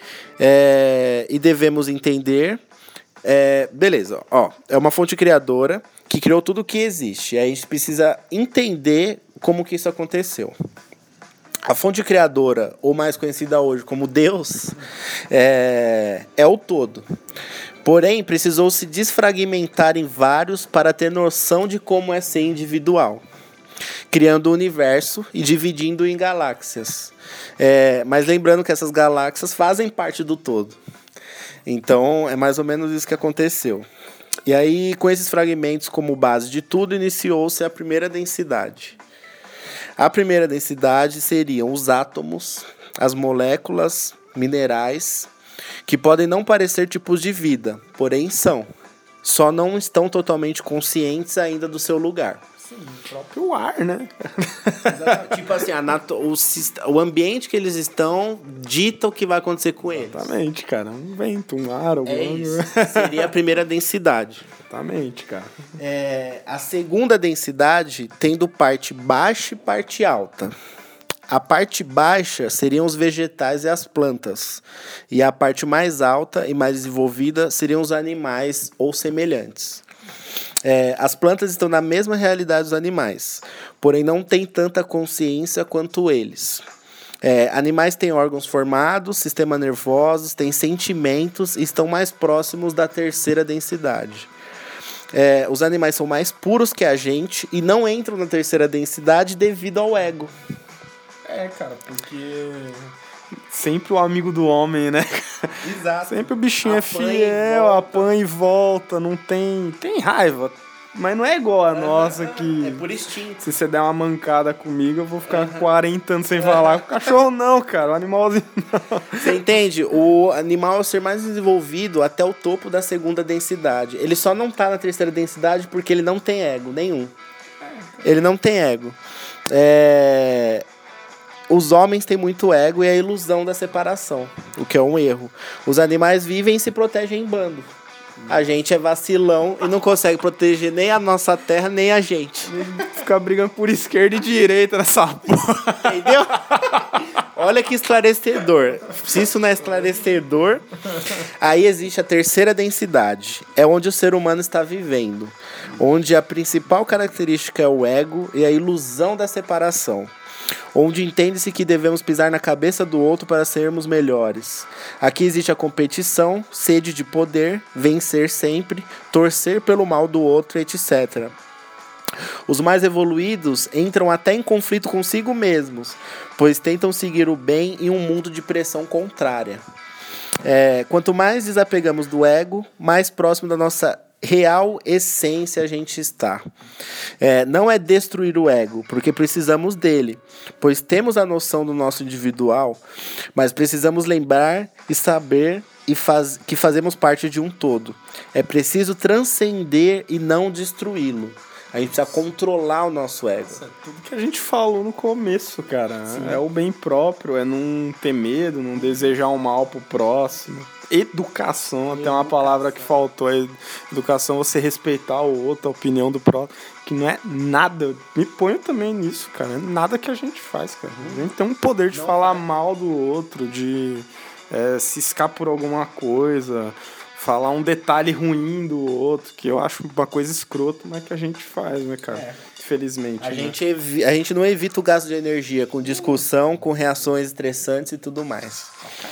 e devemos entender. Beleza, ó, é uma fonte criadora que criou tudo que existe. Aí a gente precisa entender como que isso aconteceu. A fonte criadora, ou mais conhecida hoje como Deus, é o todo. Porém, precisou se desfragmentar em vários para ter noção de como é ser individual, criando o universo e dividindo em galáxias. Mas lembrando que essas galáxias fazem parte do todo. Então, é mais ou menos isso que aconteceu. E aí, com esses fragmentos como base de tudo, iniciou-se a primeira densidade. A primeira densidade seriam os átomos, as moléculas, minerais, que podem não parecer tipos de vida, porém são. Só não estão totalmente conscientes ainda do seu lugar. O próprio ar, né? Tipo assim, o ambiente que eles estão dita o que vai acontecer com eles. Exatamente, cara. Um vento, um ar, alguma É isso. Seria a primeira densidade. Exatamente, cara. A segunda densidade tendo parte baixa e parte alta. A parte baixa seriam os vegetais e as plantas. E a parte mais alta e mais desenvolvida seriam os animais ou semelhantes. As plantas estão na mesma realidade dos animais, porém não têm tanta consciência quanto eles. Animais têm órgãos formados, sistema nervoso, têm sentimentos e estão mais próximos da terceira densidade. Os animais são mais puros que a gente e não entram na terceira densidade devido ao ego. Cara, porque sempre o amigo do homem, né? Exato. Sempre o bichinho é fiel, apanha e volta, não tem raiva. Mas não é igual a nossa que... É por instinto. Se você der uma mancada comigo, eu vou ficar 40 anos sem falar. Com o cachorro não, cara. O animalzinho não. Você entende? O animal é o ser mais desenvolvido até o topo da segunda densidade. Ele só não tá na terceira densidade porque ele não tem ego nenhum. Ele não tem ego. Os homens têm muito ego e a ilusão da separação, o que é um erro. Os animais vivem e se protegem em bando. A gente é vacilão e não consegue proteger nem a nossa terra, nem a gente. Ficar brigando por esquerda e direita nessa porra. Entendeu? Olha que esclarecedor. Se isso não é esclarecedor, aí existe a terceira densidade. É onde o ser humano está vivendo. Onde a principal característica é o ego e a ilusão da separação. Onde entende-se que devemos pisar na cabeça do outro para sermos melhores. Aqui existe a competição, sede de poder, vencer sempre, torcer pelo mal do outro, etc. Os mais evoluídos entram até em conflito consigo mesmos, pois tentam seguir o bem em um mundo de pressão contrária. Quanto mais desapegamos do ego, mais próximo da nossa real essência a gente está. Não é destruir o ego, porque precisamos dele, pois temos a noção do nosso individual, mas precisamos lembrar e saber que fazemos parte de um todo. É preciso transcender e não destruí-lo. A gente precisa controlar o nosso ego. Tudo que a gente falou no começo, cara. Sim. É o bem próprio, é não ter medo, não desejar o mal pro próximo. Educação, até uma palavra que faltou. Educação, você respeitar o outro, a opinião do próximo. Que não é nada. Me ponho também nisso, cara. É nada que a gente faz, cara. A gente tem um poder de falar mal do outro, de ciscar por alguma coisa, falar um detalhe ruim do outro, que eu acho uma coisa escrota, mas que a gente faz, né, cara? Infelizmente. A gente não evita o gasto de energia com discussão, com reações estressantes e tudo mais.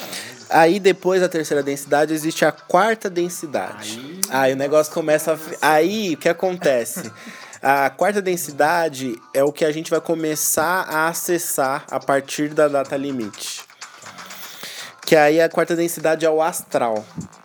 Aí depois da terceira densidade existe a quarta densidade. Aí o negócio começa Aí o que acontece? A quarta densidade é o que a gente vai começar a acessar a partir da data limite. Que aí a quarta densidade é o astral.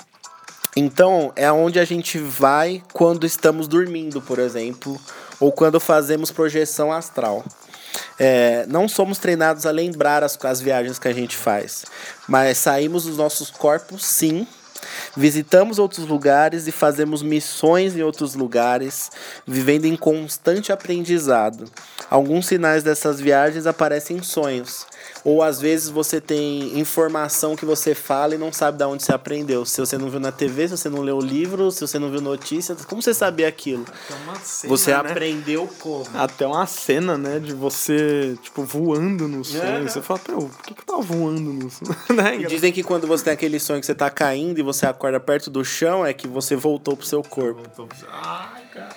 Então, é onde a gente vai quando estamos dormindo, por exemplo, ou quando fazemos projeção astral. Não somos treinados a lembrar as viagens que a gente faz, mas saímos dos nossos corpos, sim, visitamos outros lugares e fazemos missões em outros lugares, vivendo em constante aprendizado. Alguns sinais dessas viagens aparecem em sonhos. Ou às vezes você tem informação que você fala e não sabe de onde você aprendeu. Se você não viu na TV, se você não leu o livro, se você não viu notícias, como você sabia aquilo? Você aprendeu como? Até uma cena, né, de você, tipo, voando no sonho. Você fala, por que eu tava voando no sonho? E dizem que quando você tem aquele sonho que você tá caindo e você acorda perto do chão, é que você voltou pro seu corpo. Ai, cara.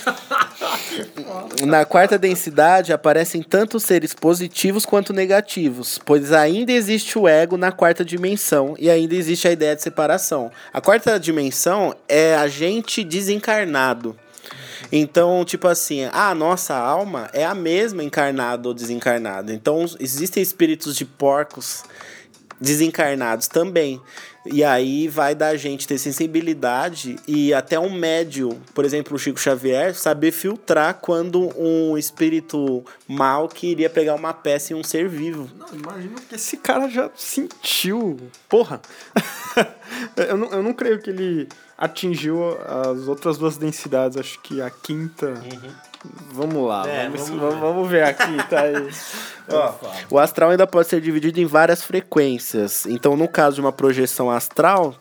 Na quarta densidade aparecem tanto seres positivos quanto negativos, pois ainda existe o ego na quarta dimensão e ainda existe a ideia de separação. A quarta dimensão é a gente desencarnado. Então, tipo assim, a nossa alma é a mesma encarnada ou desencarnada. Então, existem espíritos de porcos desencarnados também. E aí vai da gente ter sensibilidade e até um médium, por exemplo, o Chico Xavier, saber filtrar quando um espírito mau queria pegar uma peça em um ser vivo. Não, imagina que esse cara já sentiu. Porra! eu não creio que ele atingiu as outras duas densidades, acho que a quinta Vamos lá, vamos vamos ver aqui, tá aí. Ó, o astral ainda pode ser dividido em várias frequências. Então, no caso de uma projeção astral,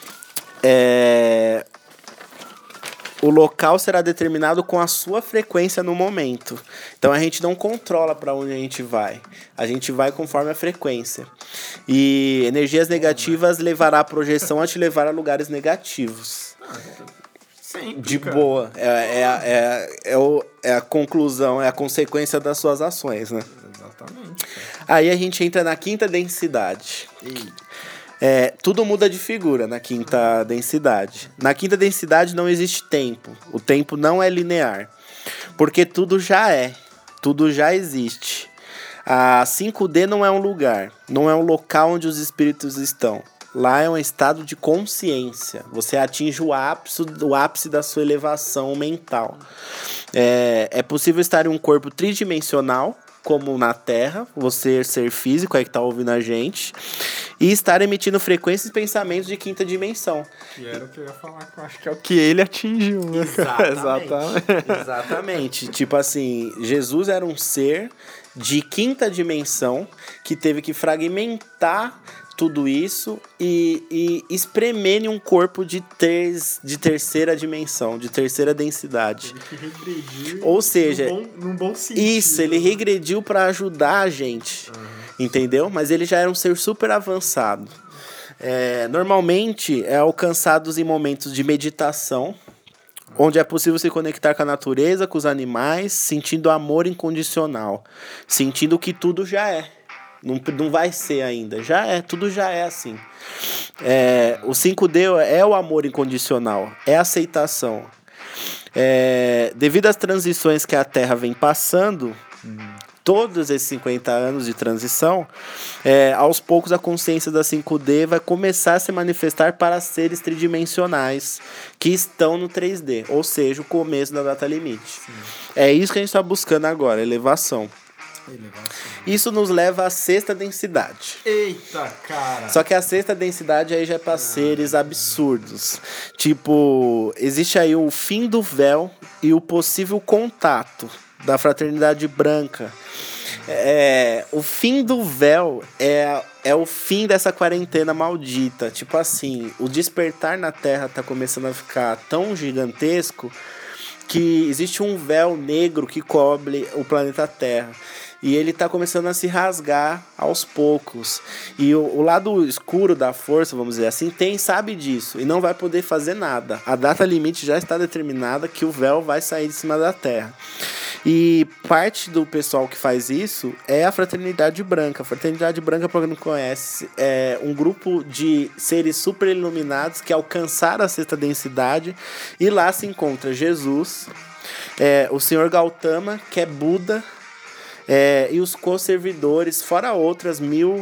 o local será determinado com a sua frequência no momento. Então, a gente não controla para onde a gente vai. A gente vai conforme a frequência. E energias negativas levará a projeção a te levar a lugares negativos. Sempre, De cara. boa. É a conclusão, é a consequência das suas ações, né? Exatamente. Aí a gente entra na quinta densidade. Tudo muda de figura na quinta densidade. Na quinta densidade não existe tempo. O tempo não é linear. Porque tudo já é. Tudo já existe. A 5D não é um lugar. Não é um local onde os espíritos estão. Lá é um estado de consciência. Você atinge o ápice da sua elevação mental. É possível estar em um corpo tridimensional, como na Terra, você ser físico, aí que tá ouvindo a gente, e estar emitindo frequências e pensamentos de quinta dimensão. E era o que eu ia falar, que eu acho que é o que ele atingiu, né? Exatamente. Tipo assim, Jesus era um ser de quinta dimensão que teve que fragmentar tudo isso e espremer em um corpo de terceira dimensão, de terceira densidade. Ele que regrediu. Ou seja, num bom sentido. isso, ele regrediu para ajudar a gente, entendeu? Mas ele já era um ser super avançado. Normalmente é alcançados em momentos de meditação, onde é possível se conectar com a natureza, com os animais, sentindo amor incondicional, sentindo que tudo já é. Não vai ser ainda. Já é, tudo já é assim. O 5D é o amor incondicional, é a aceitação. Devido às transições que a Terra vem passando, todos esses 50 anos de transição, aos poucos a consciência da 5D vai começar a se manifestar para seres tridimensionais que estão no 3D, ou seja, o começo da data limite. Sim. É isso que a gente está buscando agora, elevação. Isso nos leva à sexta densidade. Eita, cara! Só que a sexta densidade aí já é para seres absurdos. Tipo, existe aí o fim do véu e o possível contato da fraternidade branca. O fim do véu é o fim dessa quarentena maldita. Tipo assim, o despertar na Terra tá começando a ficar tão gigantesco que existe um véu negro que cobre o planeta Terra. E ele está começando a se rasgar aos poucos. E o lado escuro da força, vamos dizer assim, sabe disso. E não vai poder fazer nada. A data limite já está determinada que o véu vai sair de cima da Terra. E parte do pessoal que faz isso é a Fraternidade Branca. A Fraternidade Branca, para quem não conhece, é um grupo de seres super iluminados que alcançaram a sexta densidade. E lá se encontra Jesus, o Senhor Gautama, que é Buda, e os co-servidores, fora outras 1000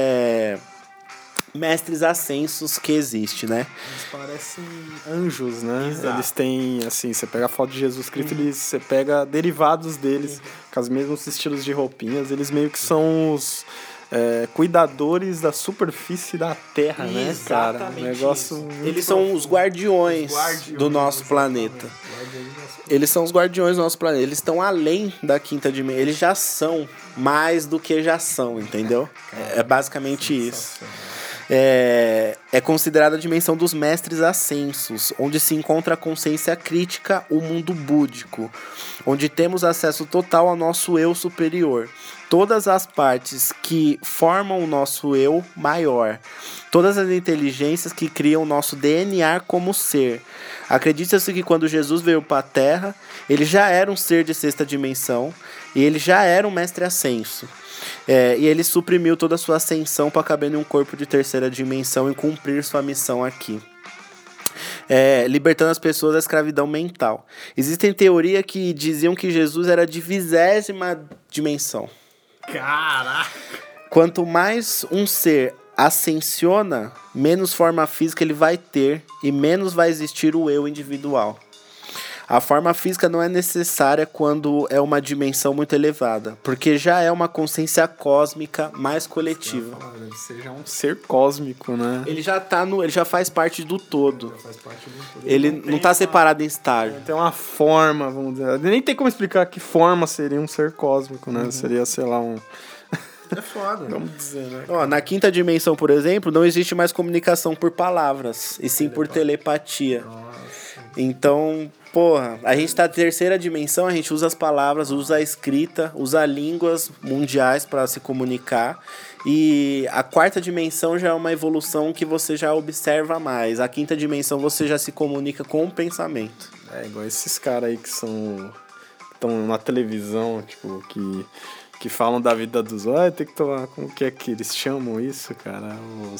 mestres ascensos que existem, né? Eles parecem anjos, né? Exato. Eles têm, assim, você pega a foto de Jesus Cristo, você pega derivados deles, com os mesmos estilos de roupinhas, eles meio que são os cuidadores da superfície da Terra, né, cara? Exatamente Um negócio isso. muito Eles são os guardiões do nosso planeta. Eles são os guardiões do nosso planeta. Eles estão além da quinta dimensão. Eles já são mais do que já são, entendeu? É basicamente isso. É considerada a dimensão dos mestres ascensos, onde se encontra a consciência crítica, o mundo búdico, onde temos acesso total ao nosso eu superior. Todas as partes que formam o nosso eu maior, todas as inteligências que criam o nosso DNA como ser. Acredita-se que quando Jesus veio para a Terra, ele já era um ser de sexta dimensão e ele já era um mestre ascenso. E ele suprimiu toda a sua ascensão para caber em um corpo de terceira dimensão e cumprir sua missão aqui. Libertando as pessoas da escravidão mental. Existem teorias que diziam que Jesus era de 20ª dimensão. Caraca! Quanto mais um ser ascensiona, menos forma física ele vai ter e menos vai existir o eu individual. A forma física não é necessária quando é uma dimensão muito elevada, porque já é uma consciência cósmica mais coletiva. Deve ser já um ser cósmico, né? Ele já faz parte do todo. Ele não tá separado em estágio. Tem uma forma, vamos dizer. Nem tem como explicar que forma seria um ser cósmico, né? Seria, sei lá, um... É foda. Vamos dizer, né? Ó, na quinta dimensão, por exemplo, não existe mais comunicação por palavras, e sim por telepatia. Então, porra, a gente tá na terceira dimensão, a gente usa as palavras, usa a escrita, usa línguas mundiais para se comunicar. E a quarta dimensão já é uma evolução que você já observa mais. A quinta dimensão você já se comunica com o pensamento. É igual esses caras aí que estão na televisão, tipo, que falam da vida dos outros. Tem que tomar... Como que é que eles chamam isso, cara?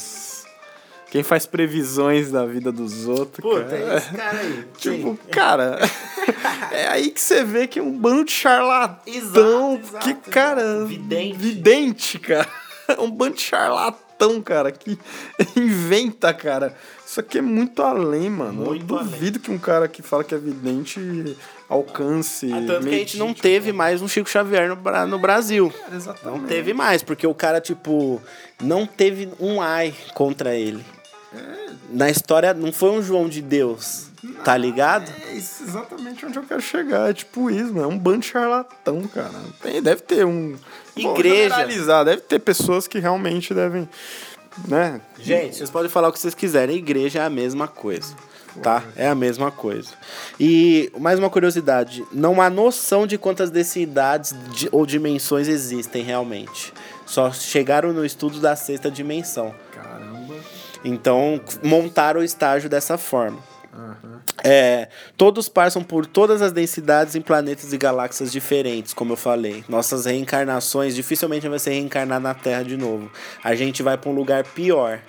Quem faz previsões da vida dos outros, Puta, cara. é esse cara aí. Tipo, cara, é aí que você vê que é um bando de charlatão. Exato, Cara, vidente, cara. É um bando de charlatão, cara, que inventa, cara. Isso aqui é muito além, mano. Muito Eu duvido que um cara que fala que é vidente alcance. Tanto que a gente não teve mais um Chico Xavier no Brasil. Exatamente. Não teve mais, porque o cara, tipo, não teve um ai contra ele. Na história, não foi um João de Deus, tá ligado? É isso exatamente onde eu quero chegar. É tipo isso, mano. É um bando de charlatão, cara. Deve ter um... Igreja. Vou generalizar, deve ter pessoas que realmente devem... Né? Gente, vocês podem falar o que vocês quiserem. A igreja é a mesma coisa, tá? É a mesma coisa. E mais uma curiosidade. Não há noção de quantas densidades ou dimensões existem realmente. Só chegaram no estudo da sexta dimensão. Caramba. Então, montaram o estágio dessa forma. Uhum. Todos passam por todas as densidades em planetas e galáxias diferentes, como eu falei. Nossas reencarnações, dificilmente vai ser reencarnar na Terra de novo. A gente vai para um lugar pior.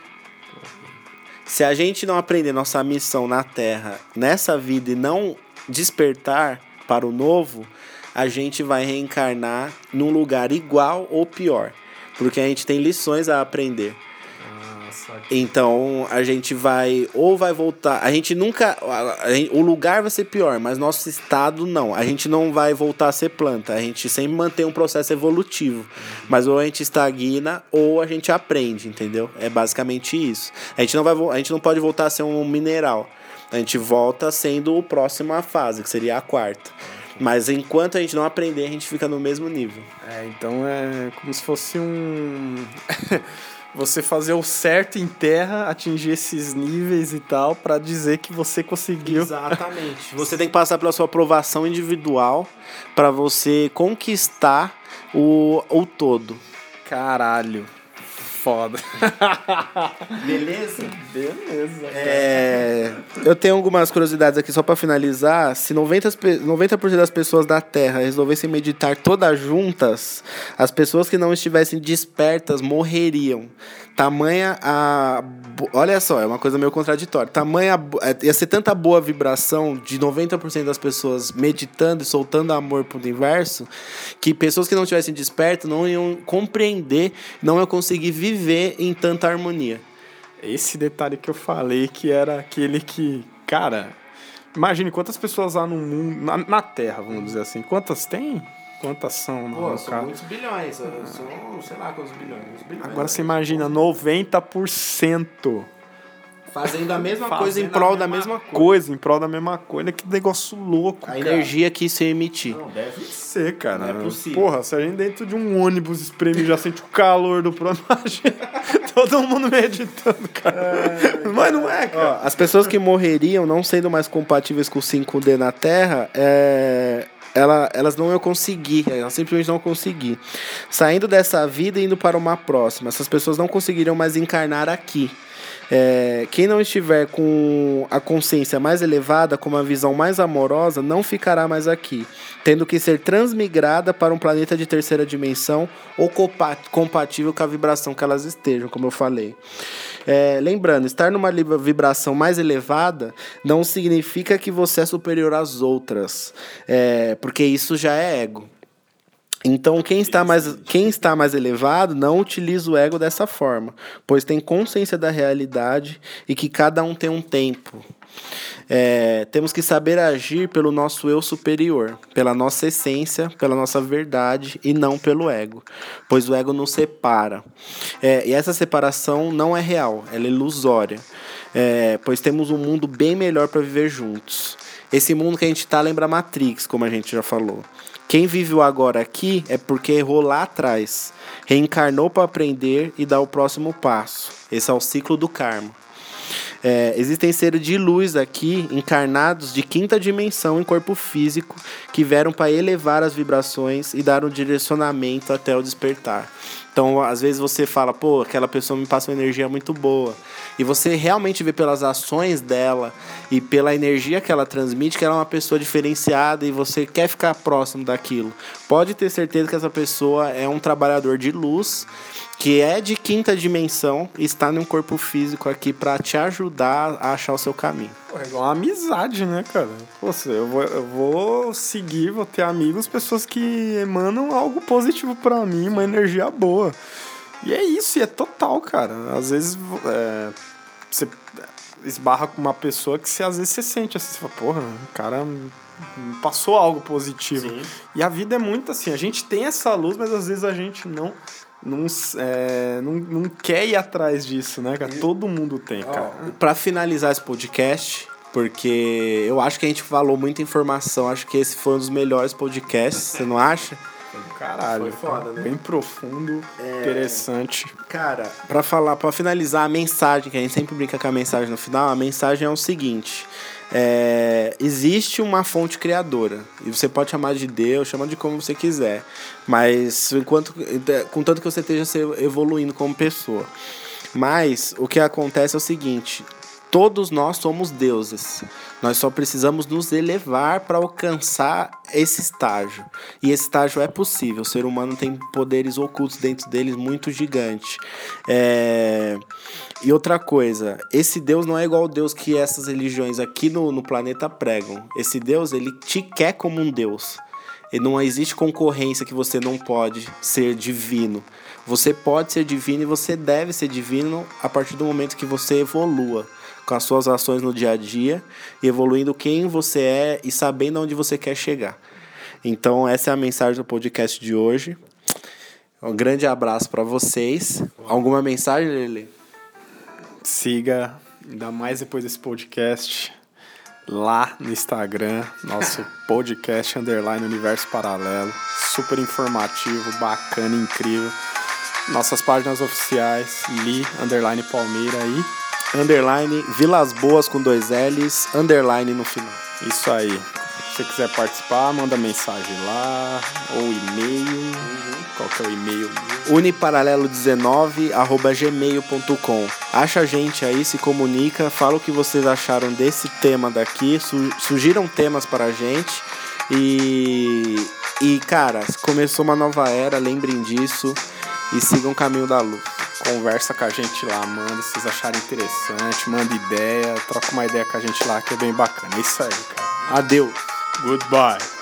Se a gente não aprender nossa missão na Terra, nessa vida, e não despertar para o novo, a gente vai reencarnar num lugar igual ou pior. Porque a gente tem lições a aprender. Então a gente vai voltar. A gente nunca. O lugar vai ser pior, mas nosso estado não. A gente não vai voltar a ser planta. A gente sempre mantém um processo evolutivo. Mas ou a gente estagna ou a gente aprende, entendeu? É basicamente isso. A gente não pode voltar a ser um mineral. A gente volta sendo a próxima fase, que seria a quarta. Mas enquanto a gente não aprender, a gente fica no mesmo nível. Então é como se fosse você fazer o certo em terra, atingir esses níveis e tal, pra dizer que você conseguiu. Exatamente. Você tem que passar pela sua aprovação individual pra você conquistar o todo. Caralho. Foda. Beleza? Beleza. Eu tenho algumas curiosidades aqui só pra finalizar. Se 90% das pessoas da Terra resolvessem meditar todas juntas, as pessoas que não estivessem despertas morreriam. Tamanha a... Olha só, é uma coisa meio contraditória. Ia ser tanta boa vibração de 90% das pessoas meditando e soltando amor pro universo, que pessoas que não estivessem despertas não iam compreender, não iam conseguir viver em tanta harmonia. Esse detalhe que eu falei, que era aquele que... Cara, imagine quantas pessoas há no mundo, na Terra, vamos dizer assim. Quantas tem? Quantas são? Muitos bilhões. São, sei lá quantos bilhões. Agora você imagina, 90%. Fazendo a mesma coisa em prol da mesma coisa. Em prol da mesma coisa. Que negócio louco, a energia que isso ia emitir. Não, deve ser, cara. Não é possível. Porra, se a gente dentro de um ônibus espreme já sente o calor do próximo, todo mundo meditando, cara. Mas não é, cara. As pessoas que morreriam não sendo mais compatíveis com o 5D na Terra, elas não iam conseguir, elas simplesmente não conseguir. Saindo dessa vida e indo para uma próxima, essas pessoas não conseguiriam mais encarnar aqui. Quem não estiver com a consciência mais elevada, com uma visão mais amorosa, não ficará mais aqui, tendo que ser transmigrada para um planeta de terceira dimensão ou compatível com a vibração que elas estejam, como eu falei. Lembrando, estar numa vibração mais elevada não significa que você é superior às outras, porque isso já é ego. Então, quem está mais elevado não utiliza o ego dessa forma, pois tem consciência da realidade e que cada um tem um tempo. Temos que saber agir pelo nosso eu superior, pela nossa essência, pela nossa verdade e não pelo ego, pois o ego nos separa. E essa separação não é real, ela é ilusória, pois temos um mundo bem melhor para viver juntos. Esse mundo que a gente está lembra Matrix, como a gente já falou. Quem vive o agora aqui é porque errou lá atrás, reencarnou para aprender e dar o próximo passo. Esse é o ciclo do karma. Existem seres de luz aqui, encarnados de quinta dimensão em corpo físico, que vieram para elevar as vibrações e dar um direcionamento até o despertar. Então, às vezes você fala, pô, aquela pessoa me passa uma energia muito boa. E você realmente vê pelas ações dela e pela energia que ela transmite que ela é uma pessoa diferenciada e você quer ficar próximo daquilo. Pode ter certeza que essa pessoa é um trabalhador de luz, que é de quinta dimensão e está num corpo físico aqui para te ajudar a achar o seu caminho. Pô, é igual uma amizade, né, cara? Poxa, eu vou seguir, vou ter amigos, pessoas que emanam algo positivo pra mim, uma energia boa. E é isso, e é total, cara. Às vezes você esbarra com uma pessoa que às vezes você sente assim, você fala, porra, o cara me passou algo positivo. Sim. E a vida é muito assim, a gente tem essa luz, mas às vezes a gente não quer ir atrás disso, né, cara? Todo mundo tem, cara. Para finalizar esse podcast, porque eu acho que a gente falou muita informação, acho que esse foi um dos melhores podcasts, você não acha? Caralho, Foi foda, né? Bem profundo, interessante. Cara, para finalizar a mensagem, que a gente sempre brinca com a mensagem no final, a mensagem é o seguinte: existe uma fonte criadora e você pode chamar de Deus, chama de como você quiser, mas contanto que você esteja se evoluindo como pessoa. Mas o que acontece é o seguinte: todos nós somos deuses. Nós só precisamos nos elevar para alcançar esse estágio. E esse estágio é possível. O ser humano tem poderes ocultos dentro deles muito gigantes. E outra coisa, esse Deus não é igual ao Deus que essas religiões aqui no planeta pregam. Esse Deus, ele te quer como um Deus. E não existe concorrência que você não pode ser divino. Você pode ser divino e você deve ser divino a partir do momento que você evolua com as suas ações no dia a dia, evoluindo quem você é e sabendo onde você quer chegar. Então, essa é a mensagem do podcast de hoje. Um grande abraço para vocês. Alguma mensagem, Lele? Siga, ainda mais depois desse podcast, lá no Instagram, nosso podcast _Universo Paralelo. Super informativo, bacana, incrível. Nossas páginas oficiais, _Palmeira e _Vilas Boas com 2 L's, _ no final. isso aí. Se você quiser participar, manda mensagem lá, ou e-mail. Qual que é o e-mail? uniparalelo19@gmail.com. Acha a gente aí, se comunica, fala o que vocês acharam desse tema daqui, sugiram temas para a gente. E cara, começou uma nova era, lembrem disso e sigam o caminho da luz. Conversa com a gente lá, manda se vocês acharem interessante, manda ideia, troca uma ideia com a gente lá que é bem bacana. É isso aí, cara. Adeus. Goodbye.